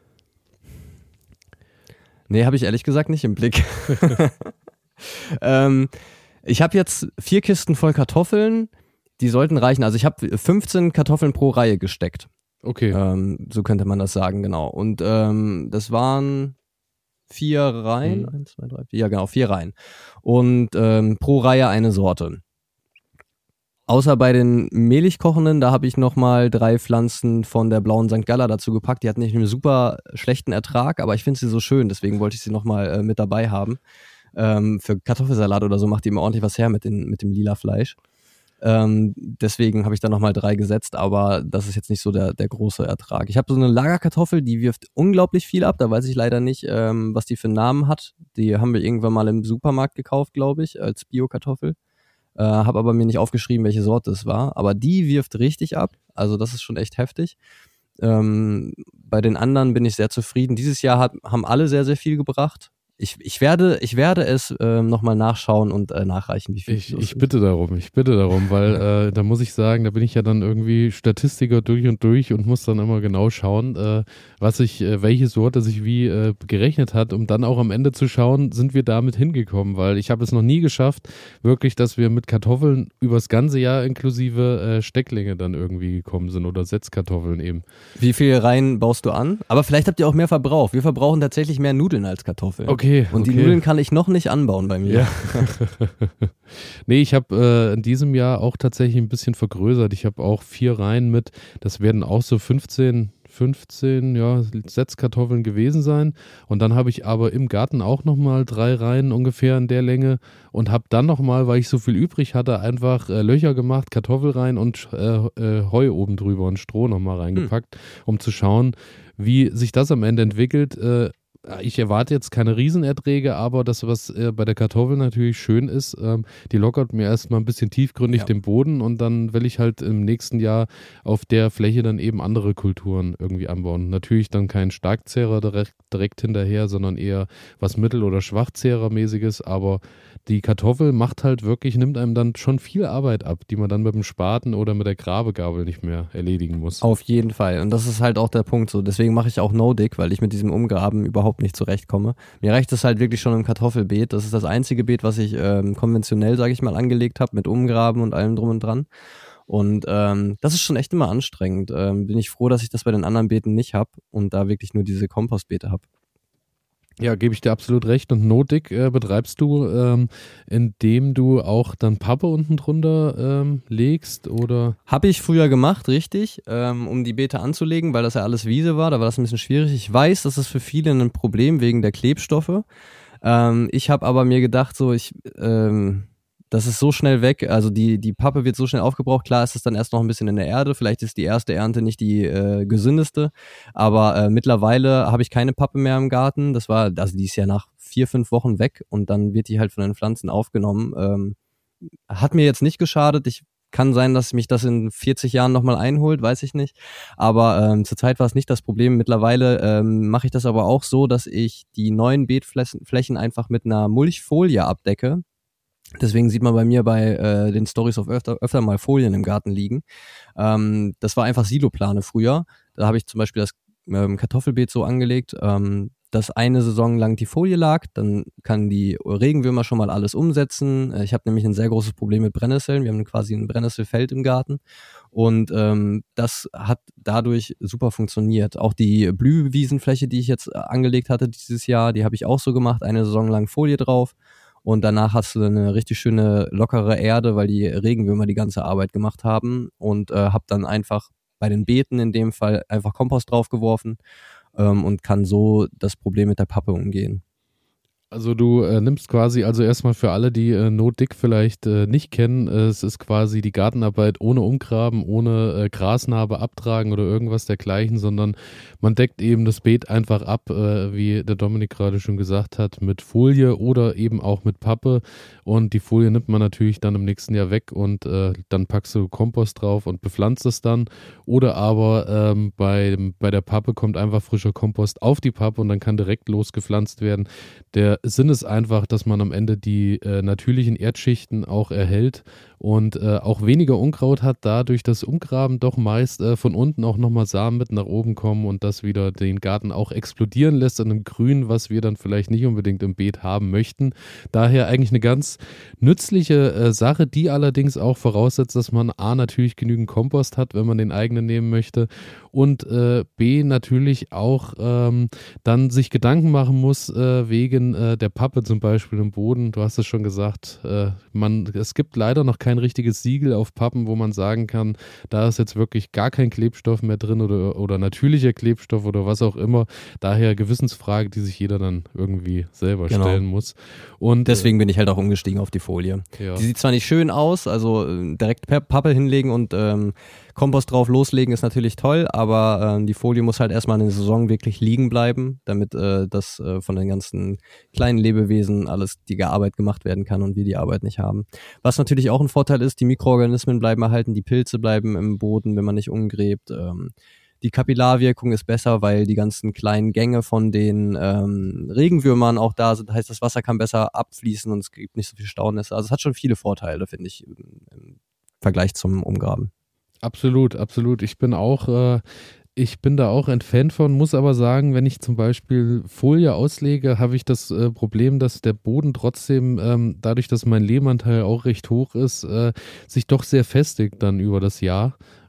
Nee, habe ich ehrlich gesagt nicht im Blick. ähm, ich habe jetzt vier Kisten voll Kartoffeln. Die sollten reichen. Also ich habe fünfzehn Kartoffeln pro Reihe gesteckt. Okay. Ähm, so könnte man das sagen, genau. Und ähm, das waren vier Reihen. Mhm. Eins, zwei, drei, vier. Ja, genau, vier Reihen. Und ähm, pro Reihe eine Sorte. Außer bei den mehlig kochenden, da habe ich nochmal drei Pflanzen von der blauen Sankt Galla dazu gepackt. Die hatten nicht einen super schlechten Ertrag, aber ich finde sie so schön, deswegen wollte ich sie nochmal äh, mit dabei haben. Ähm, für Kartoffelsalat oder so macht die immer ordentlich was her mit, den, mit dem lila Fleisch. Ähm, deswegen habe ich da nochmal drei gesetzt, aber das ist jetzt nicht so der, der große Ertrag. Ich habe so eine Lagerkartoffel, die wirft unglaublich viel ab. Da weiß ich leider nicht, ähm, was die für einen Namen hat. Die haben wir irgendwann mal im Supermarkt gekauft, glaube ich, als Bio-Kartoffel. Äh, habe aber mir nicht aufgeschrieben, welche Sorte es war. Aber die wirft richtig ab. Also das ist schon echt heftig. Ähm, bei den anderen bin ich sehr zufrieden. Dieses Jahr hat, haben alle sehr, sehr viel gebracht. Ich, ich, werde, ich werde es äh, nochmal nachschauen und äh, nachreichen, wie viel Ich, es ich ist. bitte darum, ich bitte darum, weil äh, da muss ich sagen, da bin ich ja dann irgendwie Statistiker durch und durch und muss dann immer genau schauen, äh, was ich, äh, welche Sorte sich wie äh, gerechnet hat, um dann auch am Ende zu schauen, sind wir damit hingekommen, weil ich habe es noch nie geschafft, wirklich, dass wir mit Kartoffeln übers ganze Jahr inklusive äh, Stecklinge dann irgendwie gekommen sind oder Setzkartoffeln eben. Wie viel Reihen baust du an? Aber vielleicht habt ihr auch mehr Verbrauch. Wir verbrauchen tatsächlich mehr Nudeln als Kartoffeln. Okay, Okay. Und okay. die Nudeln kann ich noch nicht anbauen bei mir. Ja. Nee, ich habe äh, in diesem Jahr auch tatsächlich ein bisschen vergrößert. Ich habe auch vier Reihen mit, das werden auch so fünfzehn, fünfzehn ja, Setzkartoffeln gewesen sein. Und dann habe ich aber im Garten auch nochmal drei Reihen ungefähr in der Länge und habe dann nochmal, weil ich so viel übrig hatte, einfach äh, Löcher gemacht, Kartoffelreihen und äh, äh, Heu oben drüber und Stroh nochmal reingepackt, hm. um zu schauen, wie sich das am Ende entwickelt. Äh, Ich erwarte jetzt keine Riesenerträge, aber das, was äh, bei der Kartoffel natürlich schön ist, ähm, die lockert mir erstmal ein bisschen tiefgründig Ja. den Boden und dann will ich halt im nächsten Jahr auf der Fläche dann eben andere Kulturen irgendwie anbauen. Natürlich dann kein Starkzehrer direkt, direkt hinterher, sondern eher was Mittel- oder Schwachzehrermäßiges, aber die Kartoffel macht halt wirklich, nimmt einem dann schon viel Arbeit ab, die man dann mit dem Spaten oder mit der Grabegabel nicht mehr erledigen muss. Auf jeden Fall. Und das ist halt auch der Punkt so. Deswegen mache ich auch No-Dig, weil ich mit diesem Umgraben überhaupt nicht zurechtkomme. Mir reicht es halt wirklich schon im Kartoffelbeet. Das ist das einzige Beet, was ich ähm, konventionell, sage ich mal, angelegt habe, mit Umgraben und allem drum und dran. Und ähm, das ist schon echt immer anstrengend. Ähm, bin ich froh, dass ich das bei den anderen Beeten nicht habe und da wirklich nur diese Kompostbeete habe. Ja, gebe ich dir absolut recht. Und No-Dig äh, betreibst du, ähm, indem du auch dann Pappe unten drunter ähm, legst, oder? Habe ich früher gemacht, richtig, ähm, um die Beete anzulegen, weil das ja alles Wiese war. Da war das ein bisschen schwierig. Ich weiß, das ist für viele ein Problem wegen der Klebstoffe. Ähm, ich habe aber mir gedacht, so ich... Ähm, das ist so schnell weg, also die, die Pappe wird so schnell aufgebraucht. Klar ist es dann erst noch ein bisschen in der Erde, vielleicht ist die erste Ernte nicht die äh, gesündeste, aber äh, mittlerweile habe ich keine Pappe mehr im Garten. Das war, also die ist ja nach vier, fünf Wochen weg und dann wird die halt von den Pflanzen aufgenommen. Ähm, hat mir jetzt nicht geschadet. Ich kann sein, dass mich das in vierzig Jahren nochmal einholt, weiß ich nicht. Aber ähm, zurzeit war es nicht das Problem. Mittlerweile ähm, mache ich das aber auch so, dass ich die neuen Beetflächen einfach mit einer Mulchfolie abdecke. Deswegen sieht man bei mir bei äh, den Stories auf öfter, öfter mal Folien im Garten liegen. Ähm, das war einfach Siloplane früher. Da habe ich zum Beispiel das ähm, Kartoffelbeet so angelegt, ähm, dass eine Saison lang die Folie lag. Dann kann die Regenwürmer schon mal alles umsetzen. Ich habe nämlich ein sehr großes Problem mit Brennnesseln. Wir haben quasi ein Brennnesselfeld im Garten. Und ähm, das hat dadurch super funktioniert. Auch die Blühwiesenfläche, die ich jetzt angelegt hatte dieses Jahr, die habe ich auch so gemacht. Eine Saison lang Folie drauf. Und danach hast du eine richtig schöne, lockere Erde, weil die Regenwürmer die ganze Arbeit gemacht haben. Und äh, habe dann einfach bei den Beeten in dem Fall einfach Kompost draufgeworfen ähm, und kann so das Problem mit der Pappe umgehen. Also du äh, nimmst quasi, also erstmal für alle, die äh, No-Dig vielleicht äh, nicht kennen, äh, es ist quasi die Gartenarbeit ohne Umgraben, ohne äh, Grasnarbe abtragen oder irgendwas dergleichen, sondern man deckt eben das Beet einfach ab, äh, wie der Dominik gerade schon gesagt hat, mit Folie oder eben auch mit Pappe, und die Folie nimmt man natürlich dann im nächsten Jahr weg und äh, dann packst du Kompost drauf und bepflanzt es dann, oder aber ähm, bei, bei der Pappe kommt einfach frischer Kompost auf die Pappe und dann kann direkt losgepflanzt werden. Der Sinn ist einfach, dass man am Ende die äh, natürlichen Erdschichten auch erhält und äh, auch weniger Unkraut hat, dadurch das Umgraben doch meist äh, von unten auch nochmal Samen mit nach oben kommen und das wieder den Garten auch explodieren lässt an einem Grün, was wir dann vielleicht nicht unbedingt im Beet haben möchten. Daher eigentlich eine ganz nützliche äh, Sache, die allerdings auch voraussetzt, dass man A, natürlich genügend Kompost hat, wenn man den eigenen nehmen möchte, und äh, B, natürlich auch ähm, dann sich Gedanken machen muss äh, wegen äh, der Pappe zum Beispiel im Boden. Du hast es schon gesagt, äh, man, es gibt leider noch kein richtiges Siegel auf Pappen, wo man sagen kann, da ist jetzt wirklich gar kein Klebstoff mehr drin oder, oder natürlicher Klebstoff oder was auch immer. Daher Gewissensfrage, die sich jeder dann irgendwie selber Genau. stellen muss. Und deswegen bin ich halt auch umgestiegen auf die Folie. Ja. Die sieht zwar nicht schön aus, also äh, direkt Pappe hinlegen und ähm, Kompost drauf loslegen ist natürlich toll, aber ähm, die Folie muss halt erstmal eine Saison wirklich liegen bleiben, damit äh, das äh, von den ganzen kleinen Lebewesen alles die Arbeit gemacht werden kann und wir die Arbeit nicht haben. Was natürlich auch ein Vorteil ist, die Mikroorganismen bleiben erhalten, die Pilze bleiben im Boden, wenn man nicht umgräbt. Ähm, die Kapillarwirkung ist besser, weil die ganzen kleinen Gänge von den ähm, Regenwürmern auch da sind. Heißt, das Wasser kann besser abfließen und es gibt nicht so viel Staunässe. Also es hat schon viele Vorteile, finde ich, im, im Vergleich zum Umgraben. Absolut, absolut. Ich bin auch, äh, ich bin da auch ein Fan von, muss aber sagen, wenn ich zum Beispiel Folie auslege, habe ich das äh, Problem, dass der Boden trotzdem, ähm, dadurch, dass mein Lehmanteil auch recht hoch ist, äh, sich doch sehr festigt dann über das Jahr.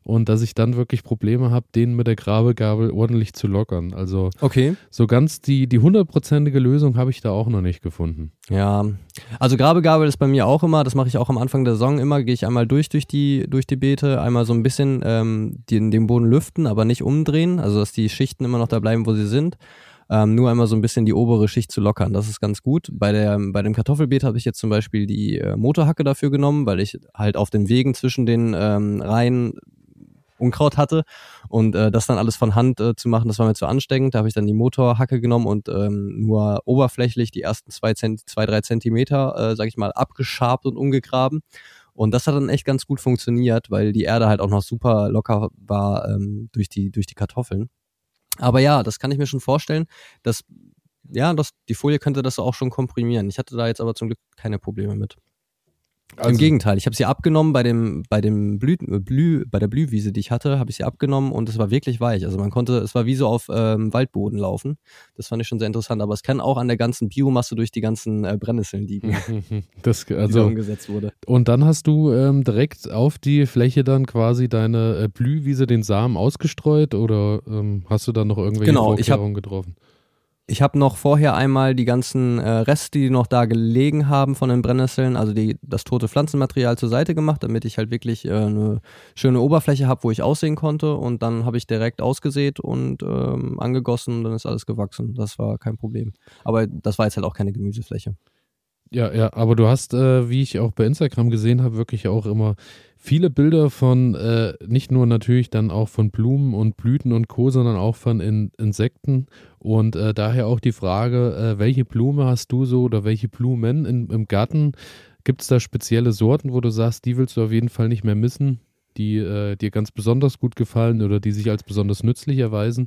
und dass ich dann wirklich Probleme habe, den mit der Grabegabel ordentlich zu lockern. Also okay. so ganz die, die hundertprozentige Lösung habe ich da auch noch nicht gefunden. Ja, also Grabegabel ist bei mir auch immer, das mache ich auch am Anfang der Saison immer, gehe ich einmal durch durch die, durch die Beete, einmal so ein bisschen ähm, den, den Boden lüften, aber nicht umdrehen, also dass die Schichten immer noch da bleiben, wo sie sind. Ähm, nur einmal so ein bisschen die obere Schicht zu lockern, das ist ganz gut. Bei der bei dem Kartoffelbeet habe ich jetzt zum Beispiel die äh, Motorhacke dafür genommen, weil ich halt auf den Wegen zwischen den ähm, Reihen Unkraut hatte und äh, das dann alles von Hand äh, zu machen, das war mir zu ansteckend. Da habe ich dann die Motorhacke genommen und ähm, nur oberflächlich die ersten zwei, Zent- zwei drei Zentimeter, äh, sag ich mal, abgeschabt und umgegraben. Und das hat dann echt ganz gut funktioniert, weil die Erde halt auch noch super locker war ähm, durch die durch die Kartoffeln. Aber ja, das kann ich mir schon vorstellen, dass ja, das, die Folie könnte das auch schon komprimieren. Ich hatte da jetzt aber zum Glück keine Probleme mit. Also, im Gegenteil, ich habe sie abgenommen bei dem bei dem Blü, Blü, bei der Blühwiese, die ich hatte, habe ich sie abgenommen und es war wirklich weich. Also man konnte, es war wie so auf ähm, Waldboden laufen. Das fand ich schon sehr interessant. Aber es kann auch an der ganzen Biomasse durch die ganzen äh, Brennnesseln liegen, das, also, die da umgesetzt wurde. Und dann hast du ähm, direkt auf die Fläche dann quasi deine äh, Blühwiese den Samen ausgestreut oder ähm, hast du dann noch irgendwelche genau, Vorkehrungen ich hab, getroffen? Ich habe noch vorher einmal die ganzen äh, Reste, die noch da gelegen haben von den Brennnesseln, also die, das tote Pflanzenmaterial zur Seite gemacht, damit ich halt wirklich äh, eine schöne Oberfläche habe, wo ich aussehen konnte. Und dann habe ich direkt ausgesät und ähm, angegossen und dann ist alles gewachsen. Das war kein Problem. Aber das war jetzt halt auch keine Gemüsefläche. Ja, ja, aber du hast, äh, wie ich auch bei Instagram gesehen habe, wirklich auch immer viele Bilder von, äh, nicht nur natürlich dann auch von Blumen und Blüten und Co., sondern auch von in Insekten und äh, daher auch die Frage, äh, welche Blume hast du so oder welche Blumen in, im Garten? Gibt es da spezielle Sorten, wo du sagst, die willst du auf jeden Fall nicht mehr missen, die äh, dir ganz besonders gut gefallen oder die sich als besonders nützlich erweisen?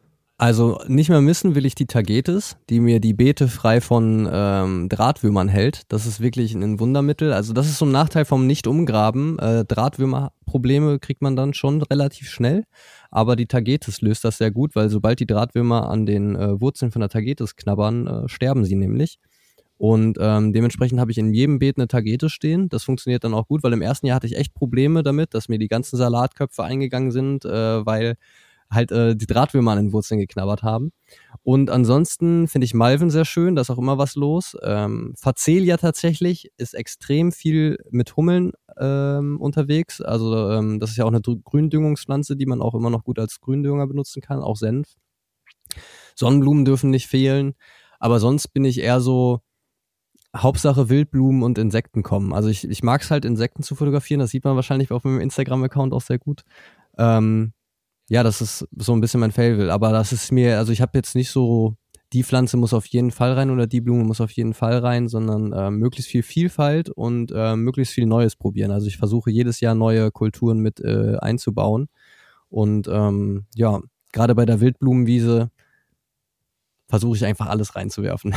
Also nicht mehr missen will ich die Tagetes, die mir die Beete frei von ähm, Drahtwürmern hält. Das ist wirklich ein Wundermittel. Also das ist so ein Nachteil vom Nicht-Umgraben. Äh, Drahtwürmerprobleme kriegt man dann schon relativ schnell. Aber die Tagetes löst das sehr gut, weil sobald die Drahtwürmer an den äh, Wurzeln von der Tagetes knabbern, äh, sterben sie nämlich. Und ähm, dementsprechend habe ich in jedem Beet eine Tagete stehen. Das funktioniert dann auch gut, weil im ersten Jahr hatte ich echt Probleme damit, dass mir die ganzen Salatköpfe eingegangen sind, äh, weil halt äh, die Drahtwürmer an den Wurzeln geknabbert haben. Und ansonsten finde ich Malven sehr schön, da ist auch immer was los. Ähm, Facelia tatsächlich ist extrem viel mit Hummeln ähm, unterwegs. Also ähm, das ist ja auch eine Gründüngungspflanze, die man auch immer noch gut als Gründünger benutzen kann, auch Senf. Sonnenblumen dürfen nicht fehlen, aber sonst bin ich eher so Hauptsache Wildblumen und Insekten kommen. Also ich, ich mag es halt, Insekten zu fotografieren, das sieht man wahrscheinlich auf meinem Instagram-Account auch sehr gut. Ähm, Ja, das ist so ein bisschen mein Faible, aber das ist mir, also ich habe jetzt nicht so, die Pflanze muss auf jeden Fall rein oder die Blume muss auf jeden Fall rein, sondern äh, möglichst viel Vielfalt und äh, möglichst viel Neues probieren. Also ich versuche jedes Jahr neue Kulturen mit äh, einzubauen und ähm, ja, gerade bei der Wildblumenwiese versuche ich einfach alles reinzuwerfen.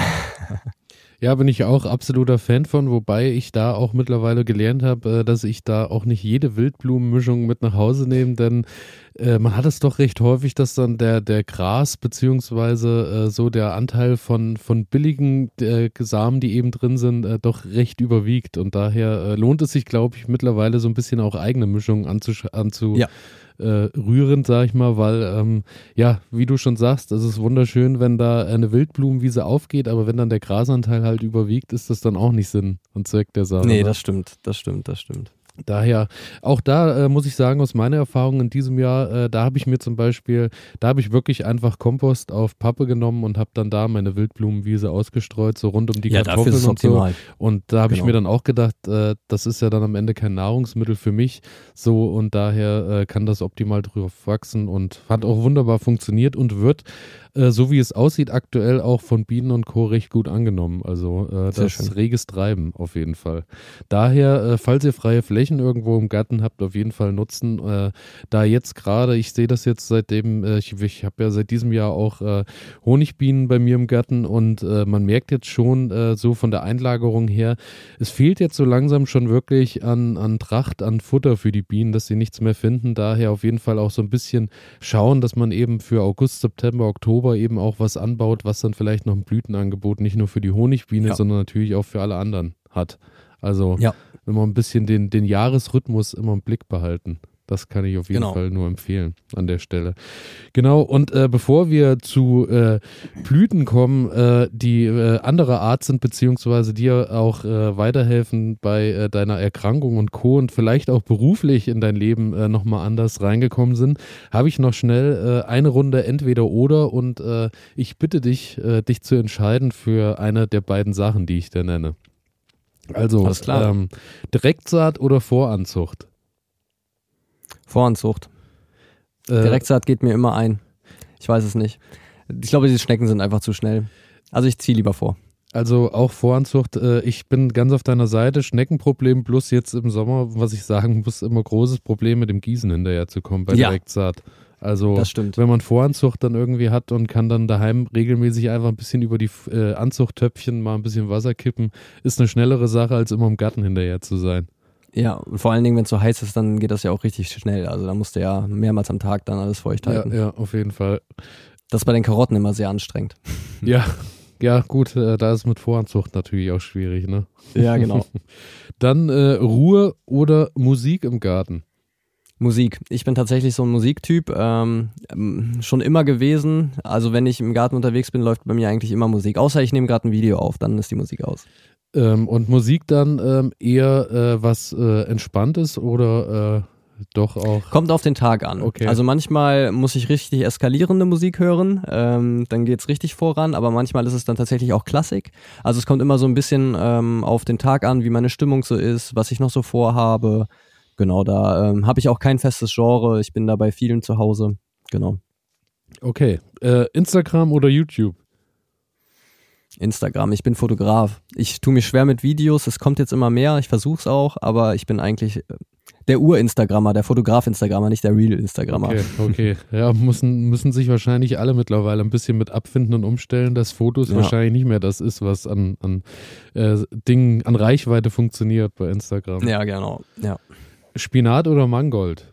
Ja, bin ich auch absoluter Fan von, wobei ich da auch mittlerweile gelernt habe, dass ich da auch nicht jede Wildblumenmischung mit nach Hause nehme, denn äh, man hat es doch recht häufig, dass dann der, der Gras beziehungsweise äh, so der Anteil von, von billigen äh, Samen, die eben drin sind, äh, doch recht überwiegt und daher äh, lohnt es sich, glaube ich, mittlerweile so ein bisschen auch eigene Mischungen anzusch- anzu ja. Äh, rührend, sag ich mal, weil, ähm, ja, wie du schon sagst, es ist wunderschön, wenn da eine Wildblumenwiese aufgeht, aber wenn dann der Grasanteil halt überwiegt, ist das dann auch nicht Sinn und Zweck der Sache. Nee, ne? das stimmt, das stimmt, das stimmt. Daher, auch da äh, muss ich sagen, aus meiner Erfahrung in diesem Jahr, äh, da habe ich mir zum Beispiel, da habe ich wirklich einfach Kompost auf Pappe genommen und habe dann da meine Wildblumenwiese ausgestreut, so rund um die ja, Kartoffeln dafür ist es und so. optimal. Und da habe Genau. ich mir dann auch gedacht, äh, das ist ja dann am Ende kein Nahrungsmittel für mich, so und daher äh, kann das optimal drauf wachsen und hat auch wunderbar funktioniert und wird, äh, so wie es aussieht, aktuell auch von Bienen und Co. recht gut angenommen. Also äh, das ist reges Treiben auf jeden Fall. Daher, äh, falls ihr freie Flächen irgendwo im Garten habt, auf jeden Fall nutzen. Äh, da jetzt gerade, ich sehe das jetzt seitdem, äh, ich, ich habe ja seit diesem Jahr auch äh, Honigbienen bei mir im Garten und äh, man merkt jetzt schon äh, so von der Einlagerung her, es fehlt jetzt so langsam schon wirklich an, an Tracht, an Futter für die Bienen, dass sie nichts mehr finden. Daher auf jeden Fall auch so ein bisschen schauen, dass man eben für August, September, Oktober eben auch was anbaut, was dann vielleicht noch ein Blütenangebot nicht nur für die Honigbiene, ja. sondern natürlich auch für alle anderen hat. Also ja. immer ein bisschen den, den Jahresrhythmus immer im Blick behalten. Das kann ich auf jeden Genau. Fall nur empfehlen an der Stelle. Genau, und äh, bevor wir zu äh, Blüten kommen, äh, die äh, anderer Art sind, beziehungsweise dir auch äh, weiterhelfen bei äh, deiner Erkrankung und Co. und vielleicht auch beruflich in dein Leben äh, nochmal anders reingekommen sind, habe ich noch schnell äh, eine Runde Entweder-Oder und äh, ich bitte dich, äh, dich zu entscheiden für eine der beiden Sachen, die ich dir nenne. Also, Alles klar. Ähm, Direktsaat oder Voranzucht? Voranzucht. Äh, Direktsaat geht mir immer ein. Ich weiß es nicht. Ich glaube, diese Schnecken sind einfach zu schnell. Also ich ziehe lieber vor. Also auch Voranzucht, äh, ich bin ganz auf deiner Seite. Schneckenproblem plus jetzt im Sommer, was ich sagen muss, immer großes Problem mit dem Gießen hinterher zu kommen bei Ja. Direktsaat. Also Das stimmt. wenn man Voranzucht dann irgendwie hat und kann dann daheim regelmäßig einfach ein bisschen über die äh, Anzuchttöpfchen mal ein bisschen Wasser kippen, ist eine schnellere Sache, als immer im Garten hinterher zu sein. Ja, und vor allen Dingen, wenn es so heiß ist, dann geht das ja auch richtig schnell. Also da musst du ja mehrmals am Tag dann alles feucht Ja, halten. ja, auf jeden Fall. Das ist bei den Karotten immer sehr anstrengend. Ja, ja gut, äh, da ist mit Voranzucht natürlich auch schwierig, ne? Ja, genau. Dann äh, Ruhe oder Musik im Garten? Musik. Ich bin tatsächlich so ein Musiktyp, ähm, ähm, schon immer gewesen. Also wenn ich im Garten unterwegs bin, läuft bei mir eigentlich immer Musik. Außer ich nehme gerade ein Video auf, dann ist die Musik aus. Ähm, und Musik dann ähm, eher äh, was äh, Entspanntes oder äh, doch auch? Kommt auf den Tag an. Okay. Also manchmal muss ich richtig eskalierende Musik hören, ähm, dann geht's richtig voran, aber manchmal ist es dann tatsächlich auch Klassik. Also es kommt immer so ein bisschen ähm, auf den Tag an, wie meine Stimmung so ist, was ich noch so vorhabe. Genau, da ähm, habe ich auch kein festes Genre. Ich bin da bei vielen zu Hause. Genau. Okay. Äh, Instagram oder YouTube? Instagram. Ich bin Fotograf. Ich tue mich schwer mit Videos. Es kommt jetzt immer mehr. Ich versuche es auch, aber ich bin eigentlich der Ur-Instagrammer, der Fotograf-Instagrammer, nicht der Real-Instagrammer. Okay, okay. Ja, müssen, müssen sich wahrscheinlich alle mittlerweile ein bisschen mit abfinden und umstellen, dass Fotos Ja. wahrscheinlich nicht mehr das ist, was an, an äh, Dingen, an Reichweite funktioniert bei Instagram. Ja, genau. Ja. Spinat oder Mangold?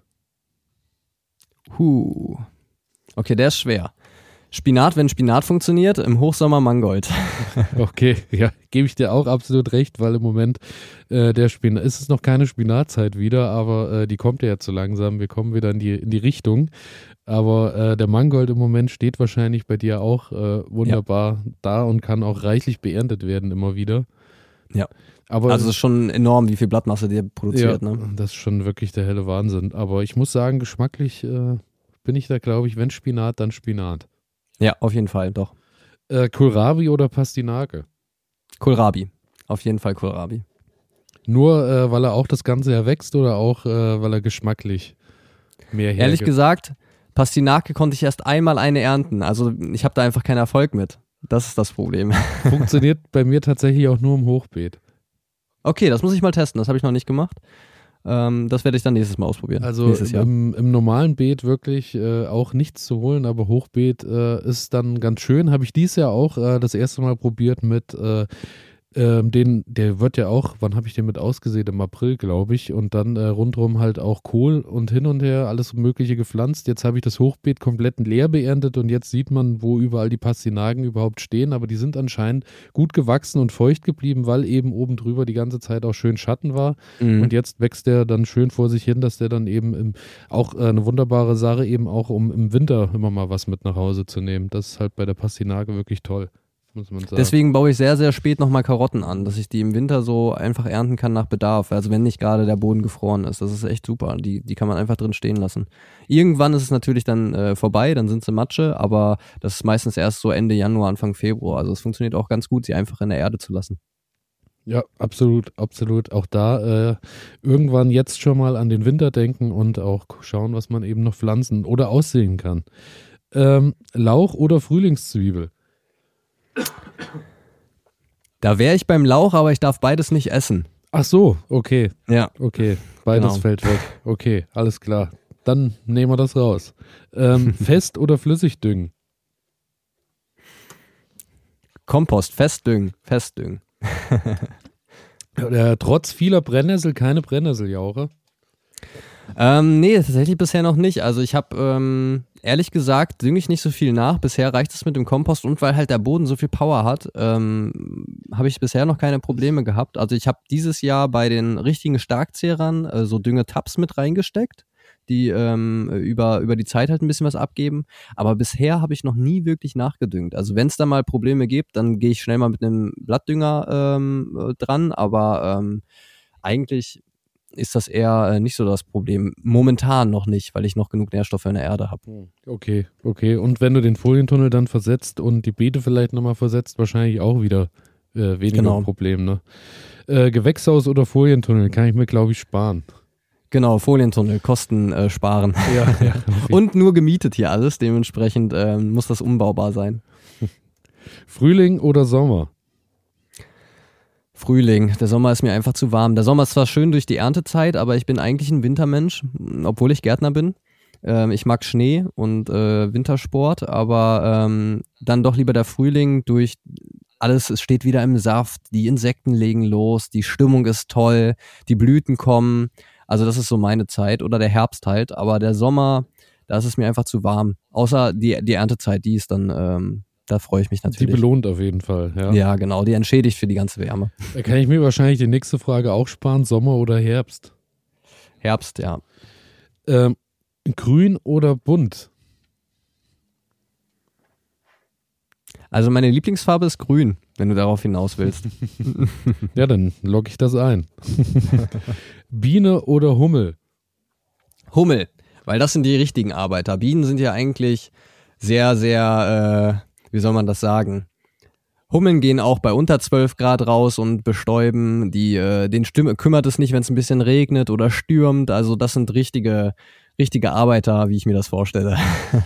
Huh. Okay, der ist schwer. Spinat, wenn Spinat funktioniert, im Hochsommer Mangold. Okay, ja, gebe ich dir auch absolut recht, weil im Moment äh, der Spinat, ist es noch keine Spinatzeit wieder, aber äh, die kommt ja jetzt so langsam, wir kommen wieder in die, in die Richtung. Aber äh, der Mangold im Moment steht wahrscheinlich bei dir auch äh, wunderbar da und kann auch reichlich beerntet werden immer wieder. Ja. Aber Also es ist schon enorm, wie viel Blattmasse der produziert. ja, Ne? das ist schon wirklich der helle Wahnsinn. Aber ich muss sagen, geschmacklich äh, bin ich da, glaube ich, wenn Spinat, dann Spinat. Ja, auf jeden Fall, doch. Äh, Kohlrabi oder Pastinake? Kohlrabi. Auf jeden Fall Kohlrabi. Nur äh, weil er auch das ganze Jahr wächst oder auch äh, weil er geschmacklich mehr hergibt? Ehrlich gesagt, Pastinake konnte ich erst einmal eine ernten. Also ich habe da einfach keinen Erfolg mit. Das ist das Problem. Funktioniert bei mir tatsächlich auch nur im Hochbeet. Okay, das muss ich mal testen. Das habe ich noch nicht gemacht. Ähm, das werde ich dann nächstes Mal ausprobieren. Also nächstes Jahr. im, im normalen Beet wirklich äh, auch nichts zu holen, aber Hochbeet äh, ist dann ganz schön. Habe ich dieses Jahr auch äh, das erste Mal probiert mit äh, ähm, den, der wird ja auch, wann habe ich den mit ausgesät? Im April, glaube ich. Und dann äh, rundherum halt auch Kohl und hin und her alles Mögliche gepflanzt. Jetzt habe ich das Hochbeet komplett leer beerntet und jetzt sieht man, wo überall die Pastinaken überhaupt stehen. Aber die sind anscheinend gut gewachsen und feucht geblieben, weil eben oben drüber die ganze Zeit auch schön Schatten war. Mhm. Und jetzt wächst der dann schön vor sich hin, dass der dann eben im, auch äh, eine wunderbare Sache eben auch, um im Winter immer mal was mit nach Hause zu nehmen. Das ist halt bei der Pastinake wirklich toll, muss man sagen. Deswegen baue ich sehr, sehr spät nochmal Karotten an, dass ich die im Winter so einfach ernten kann nach Bedarf. Also wenn nicht gerade der Boden gefroren ist. Das ist echt super. Die, die kann man einfach drin stehen lassen. Irgendwann ist es natürlich dann äh, vorbei, dann sind sie Matsche, aber das ist meistens erst so Ende Januar, Anfang Februar. Also es funktioniert auch ganz gut, sie einfach in der Erde zu lassen. Ja, absolut, absolut. Auch da äh, irgendwann jetzt schon mal an den Winter denken und auch schauen, was man eben noch pflanzen oder aussehen kann. Ähm, Lauch oder Frühlingszwiebel? Da wäre ich beim Lauch, aber ich darf beides nicht essen. Ach so, okay, Ja. okay. Beides Genau. fällt weg. Okay, alles klar. Dann nehmen wir das raus. Ähm, fest oder flüssig düngen? Kompost, festdüngen, festdüngen. Äh, trotz vieler Brennnessel keine Brennnesseljauche? Ähm, nee, tatsächlich bisher noch nicht. Also ich habe, ähm, ehrlich gesagt, dünge ich nicht so viel nach. Bisher reicht es mit dem Kompost und weil halt der Boden so viel Power hat, ähm, habe ich bisher noch keine Probleme gehabt. Also ich habe dieses Jahr bei den richtigen Starkzehrern äh, so Düngetabs mit reingesteckt. die ähm, über, über die Zeit halt ein bisschen was abgeben. Aber bisher habe ich noch nie wirklich nachgedüngt. Also wenn es da mal Probleme gibt, dann gehe ich schnell mal mit einem Blattdünger ähm, äh, dran. Aber ähm, eigentlich ist das eher äh, nicht so das Problem. Momentan noch nicht, weil ich noch genug Nährstoffe in der Erde habe. Okay, okay. Und wenn du den Folientunnel dann versetzt und die Beete vielleicht nochmal versetzt, wahrscheinlich auch wieder äh, weniger Genau. Problem, ne? Äh, Gewächshaus oder Folientunnel kann ich mir, glaube ich, sparen. Genau, Folientunnel, Kosten äh, sparen. Ja, ja. Und nur gemietet hier alles, dementsprechend ähm, muss das umbaubar sein. Frühling oder Sommer? Frühling, der Sommer ist mir einfach zu warm. Der Sommer ist zwar schön durch die Erntezeit, aber ich bin eigentlich ein Wintermensch, obwohl ich Gärtner bin. Ähm, ich mag Schnee und äh, Wintersport, aber ähm, dann doch lieber der Frühling durch alles, es steht wieder im Saft, die Insekten legen los, die Stimmung ist toll, die Blüten kommen. Also das ist so meine Zeit oder der Herbst halt, aber der Sommer, da ist es mir einfach zu warm. Außer die, die Erntezeit, die ist dann, ähm, da freue ich mich Die natürlich. belohnt auf jeden Fall, ja. Ja, genau, die entschädigt für die ganze Wärme. Da kann ich mir wahrscheinlich die nächste Frage auch sparen, Sommer oder Herbst? Herbst, ja. Ähm, grün oder bunt? Also meine Lieblingsfarbe ist grün, wenn du darauf hinaus willst. Ja, dann logge ich das ein. Biene oder Hummel? Hummel, weil das sind die richtigen Arbeiter. Bienen sind ja eigentlich sehr, sehr, äh, wie soll man das sagen? Hummeln gehen auch bei unter zwölf Grad raus und bestäuben. Die, äh, den Stimme kümmert es nicht, wenn es ein bisschen regnet oder stürmt. Also das sind richtige, richtige Arbeiter, wie ich mir das vorstelle.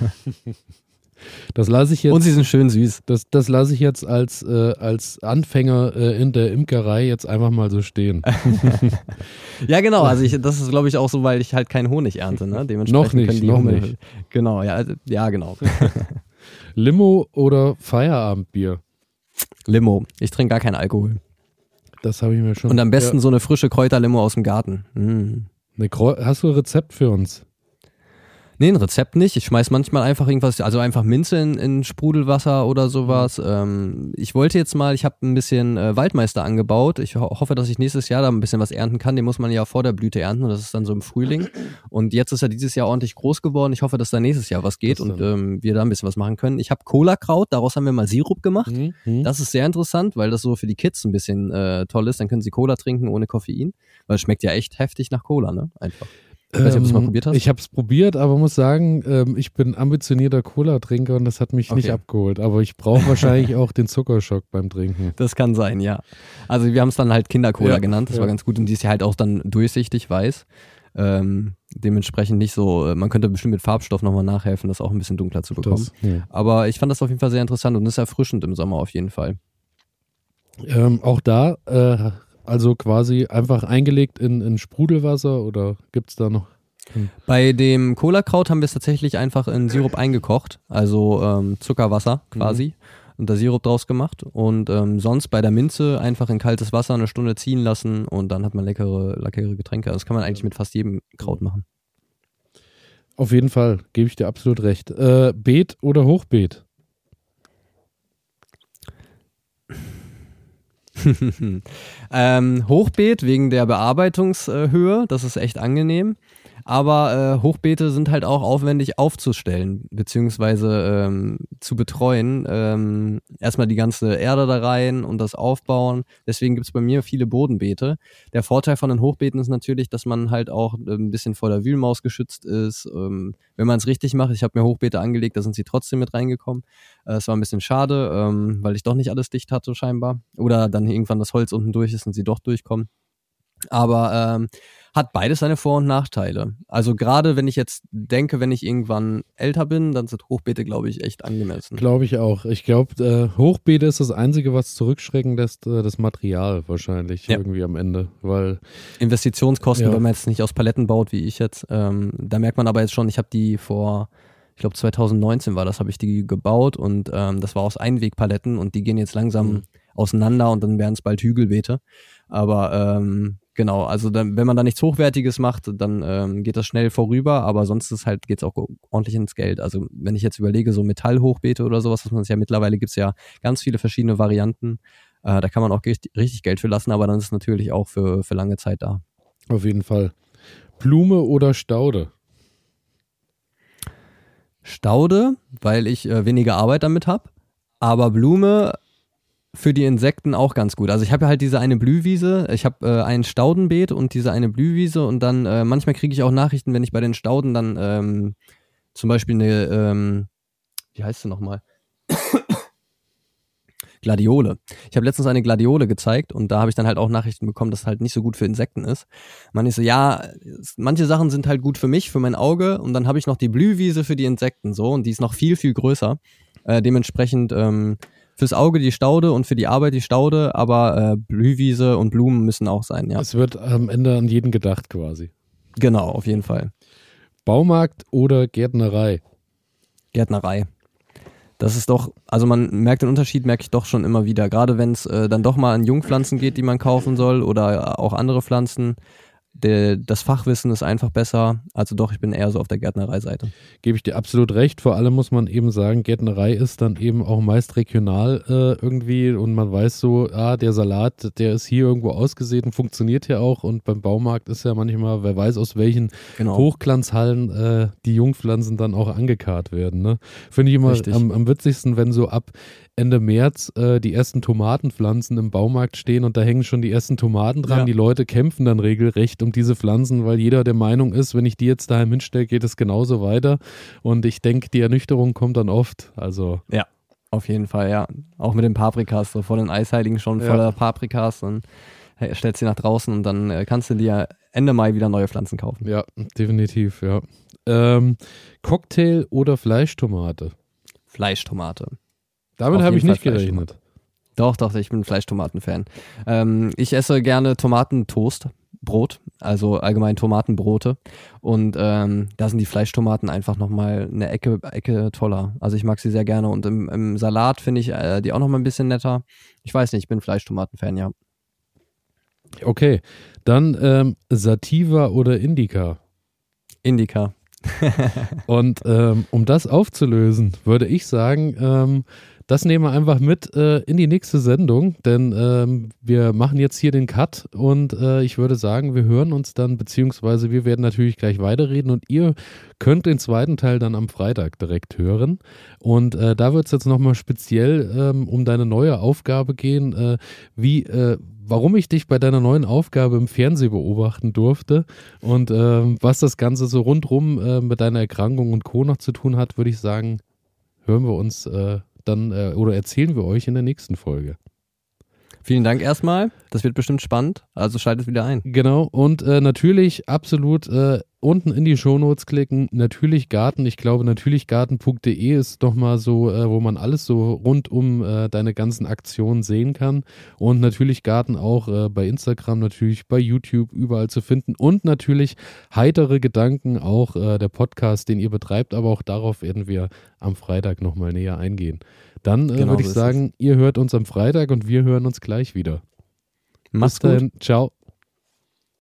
Das lasse ich jetzt. Und sie sind schön süß. Das, das lasse ich jetzt als, äh, als Anfänger äh, in der Imkerei jetzt einfach mal so stehen. Ja, genau. Also ich, das ist, glaube ich, auch so, weil ich halt keinen Honig ernte. Ne? Dementsprechend Noch nicht, können die noch Hummel, nicht. Genau, ja, also, ja, genau. Limo oder Feierabendbier? Limo. Ich trinke gar keinen Alkohol. Das habe ich mir schon. Und am besten Ja. so eine frische Kräuterlimo aus dem Garten. Mm. Eine Kreu- Hast du ein Rezept für uns? Nee, ein Rezept nicht. Ich schmeiß manchmal einfach irgendwas, also einfach Minze in, in Sprudelwasser oder sowas. Ähm, ich wollte jetzt mal, ich habe ein bisschen äh, Waldmeister angebaut. Ich ho- hoffe, dass ich nächstes Jahr da ein bisschen was ernten kann. Den muss man ja vor der Blüte ernten und das ist dann so im Frühling. Und jetzt ist er dieses Jahr ordentlich groß geworden. Ich hoffe, dass da nächstes Jahr was geht Das und dann. ähm, wir da ein bisschen was machen können. Ich habe Cola-Kraut, daraus haben wir mal Sirup gemacht. Hm? Hm? Das ist sehr interessant, weil das so für die Kids ein bisschen äh, toll ist. Dann können sie Cola trinken ohne Koffein, weil es schmeckt ja echt heftig nach Cola, ne? Einfach. Ich weiß nicht, ob du es mal probiert hast. Ich habe es probiert, aber muss sagen, ähm, ich bin ambitionierter Cola-Trinker und das hat mich nicht Okay. abgeholt. Aber ich brauche wahrscheinlich auch den Zuckerschock beim Trinken. Das kann sein, ja. Also wir haben es dann halt Kindercola Ja, genannt, das ja. war ganz gut und die ist ja halt auch dann durchsichtig weiß. Ähm, dementsprechend nicht so, äh, man könnte bestimmt mit Farbstoff nochmal nachhelfen, das auch ein bisschen dunkler zu bekommen. Das, ja. Aber ich fand das auf jeden Fall sehr interessant und ist erfrischend im Sommer auf jeden Fall. ähm, auch da, äh, also quasi einfach eingelegt in, in Sprudelwasser oder gibt es da noch? Bei dem Cola-Kraut haben wir es tatsächlich einfach in Sirup eingekocht, also ähm, Zuckerwasser quasi. Und da Sirup draus gemacht und ähm, sonst bei der Minze einfach in kaltes Wasser eine Stunde ziehen lassen und dann hat man leckere, leckere Getränke. Das kann man eigentlich mit fast jedem Kraut machen. Auf jeden Fall, gebe ich dir absolut recht. Äh, Beet oder Hochbeet? ähm, Hochbeet wegen der Bearbeitungshöhe, das ist echt angenehm. Aber äh, Hochbeete sind halt auch aufwendig aufzustellen, beziehungsweise ähm, zu betreuen. Ähm, erstmal die ganze Erde da rein und das aufbauen. Deswegen gibt es bei mir viele Bodenbeete. Der Vorteil von den Hochbeeten ist natürlich, dass man halt auch ein bisschen vor der Wühlmaus geschützt ist. Ähm, wenn man es richtig macht, ich habe mir Hochbeete angelegt, da sind sie trotzdem mit reingekommen. Äh, es war ein bisschen schade, ähm, weil ich doch nicht alles dicht hatte scheinbar. Oder dann irgendwann das Holz unten durch ist und sie doch durchkommen. Aber ähm, hat beides seine Vor- und Nachteile. Also gerade wenn ich jetzt denke, wenn ich irgendwann älter bin, dann sind Hochbeete, glaube ich, echt angemessen. Glaube ich auch. Ich glaube, äh, Hochbeete ist das Einzige, was zurückschrecken lässt, äh, das Material wahrscheinlich Ja. irgendwie am Ende. Weil, Investitionskosten, Ja. wenn man jetzt nicht aus Paletten baut, wie ich jetzt. Ähm, da merkt man aber jetzt schon, ich habe die vor, ich glaube zwanzig neunzehn war das, habe ich die gebaut und ähm, das war aus Einwegpaletten und die gehen jetzt langsam Mhm. auseinander und dann werden es bald Hügelbeete. Aber ähm, genau, also dann, wenn man da nichts Hochwertiges macht, dann ähm, geht das schnell vorüber, aber sonst ist halt, geht's auch ordentlich ins Geld. Also wenn ich jetzt überlege, so Metallhochbeete oder sowas, was man es ja mittlerweile gibt's ja ganz viele verschiedene Varianten. Äh, da kann man auch richtig, richtig Geld für lassen, aber dann ist es natürlich auch für, für lange Zeit da. auf jeden Fall. Blume oder Staude? Staude, weil ich äh, weniger Arbeit damit habe, aber Blume für die Insekten auch ganz gut. Also ich habe ja halt diese eine Blühwiese, ich habe äh, ein Staudenbeet und diese eine Blühwiese und dann äh, manchmal kriege ich auch Nachrichten, wenn ich bei den Stauden dann ähm, zum Beispiel eine, ähm, wie heißt sie nochmal? Gladiole. Ich habe letztens eine Gladiole gezeigt und da habe ich dann halt auch Nachrichten bekommen, dass es halt nicht so gut für Insekten ist. Man ist so, ja, manche Sachen sind halt gut für mich, für mein Auge und dann habe ich noch die Blühwiese für die Insekten so und die ist noch viel, viel größer. Äh, dementsprechend ähm, fürs Auge die Staude und für die Arbeit die Staude, aber äh, Blühwiese und Blumen müssen auch sein, ja. Es wird am Ende an jeden gedacht quasi. Genau, auf jeden Fall. Baumarkt oder Gärtnerei? Gärtnerei. Das ist doch, also man merkt den Unterschied, merke ich doch schon immer wieder. Gerade wenn es äh, dann doch mal an Jungpflanzen geht, die man kaufen soll oder auch andere Pflanzen. Der, das Fachwissen ist einfach besser. Also doch, ich bin eher so auf der Gärtnereiseite. Gebe ich dir absolut recht. Vor allem muss man eben sagen, Gärtnerei ist dann eben auch meist regional äh, irgendwie und man weiß so, ah, der Salat, der ist hier irgendwo ausgesät und funktioniert ja auch und beim Baumarkt ist ja manchmal, wer weiß aus welchen Genau. Hochglanzhallen äh, die Jungpflanzen dann auch angekarrt werden. Ne? Finde ich immer am, am witzigsten, wenn so ab Ende März äh, die ersten Tomatenpflanzen im Baumarkt stehen und da hängen schon die ersten Tomaten dran. Ja. Die Leute kämpfen dann regelrecht um diese Pflanzen, weil jeder der Meinung ist, wenn ich die jetzt daheim hinstelle, geht es genauso weiter. Und ich denke, die Ernüchterung kommt dann oft. Also Ja, auf jeden Fall, ja. Auch mit den Paprikas, so vor den Eisheiligen schon Ja. voller Paprikas und hey, stellst sie nach draußen und dann äh, kannst du dir Ende Mai wieder neue Pflanzen kaufen. ja, definitiv, ja. Ähm, Cocktail oder Fleischtomate? Fleischtomate. Damit Auf habe ich jeden nicht Fall gerechnet. Doch, doch, ich bin Fleischtomaten-Fan. Ähm, ich esse gerne Tomatentoast, Brot, also allgemein Tomatenbrote. Und ähm, da sind die Fleischtomaten einfach nochmal eine Ecke, Ecke toller. Also ich mag sie sehr gerne. Und im, im Salat finde ich äh, die auch nochmal ein bisschen netter. Ich weiß nicht, ich bin Fleischtomaten-Fan, ja. Okay, dann ähm, Sativa oder Indica? Indica. Und ähm, um das aufzulösen, würde ich sagen, ähm, das nehmen wir einfach mit äh, in die nächste Sendung, denn ähm, wir machen jetzt hier den Cut und äh, ich würde sagen, wir hören uns dann, beziehungsweise wir werden natürlich gleich weiterreden und ihr könnt den zweiten Teil dann am Freitag direkt hören. Und äh, da wird es jetzt nochmal speziell ähm, um deine neue Aufgabe gehen, äh, wie äh, warum ich dich bei deiner neuen Aufgabe im Fernsehen beobachten durfte und ähm, was das Ganze so rundrum äh, mit deiner Erkrankung und Co. noch zu tun hat, würde ich sagen, hören wir uns äh, dann äh, oder erzählen wir euch in der nächsten Folge. Vielen Dank erstmal. Das wird bestimmt spannend. Also schaltet wieder ein. Genau, und äh, natürlich absolut äh, unten in die Shownotes klicken. Natürlich Garten. Ich glaube, natürlichgarten punkt de ist nochmal so, äh, wo man alles so rund um äh, deine ganzen Aktionen sehen kann. Und natürlich Garten auch äh, bei Instagram, natürlich bei YouTube, überall zu finden. Und natürlich heitere Gedanken, auch äh, der Podcast, den ihr betreibt. Aber auch darauf werden wir am Freitag nochmal näher eingehen. Dann äh, Genau würde ich so ist sagen, ihr hört uns am Freitag und wir hören uns gleich wieder. Mach's Bis dahin, gut. ciao.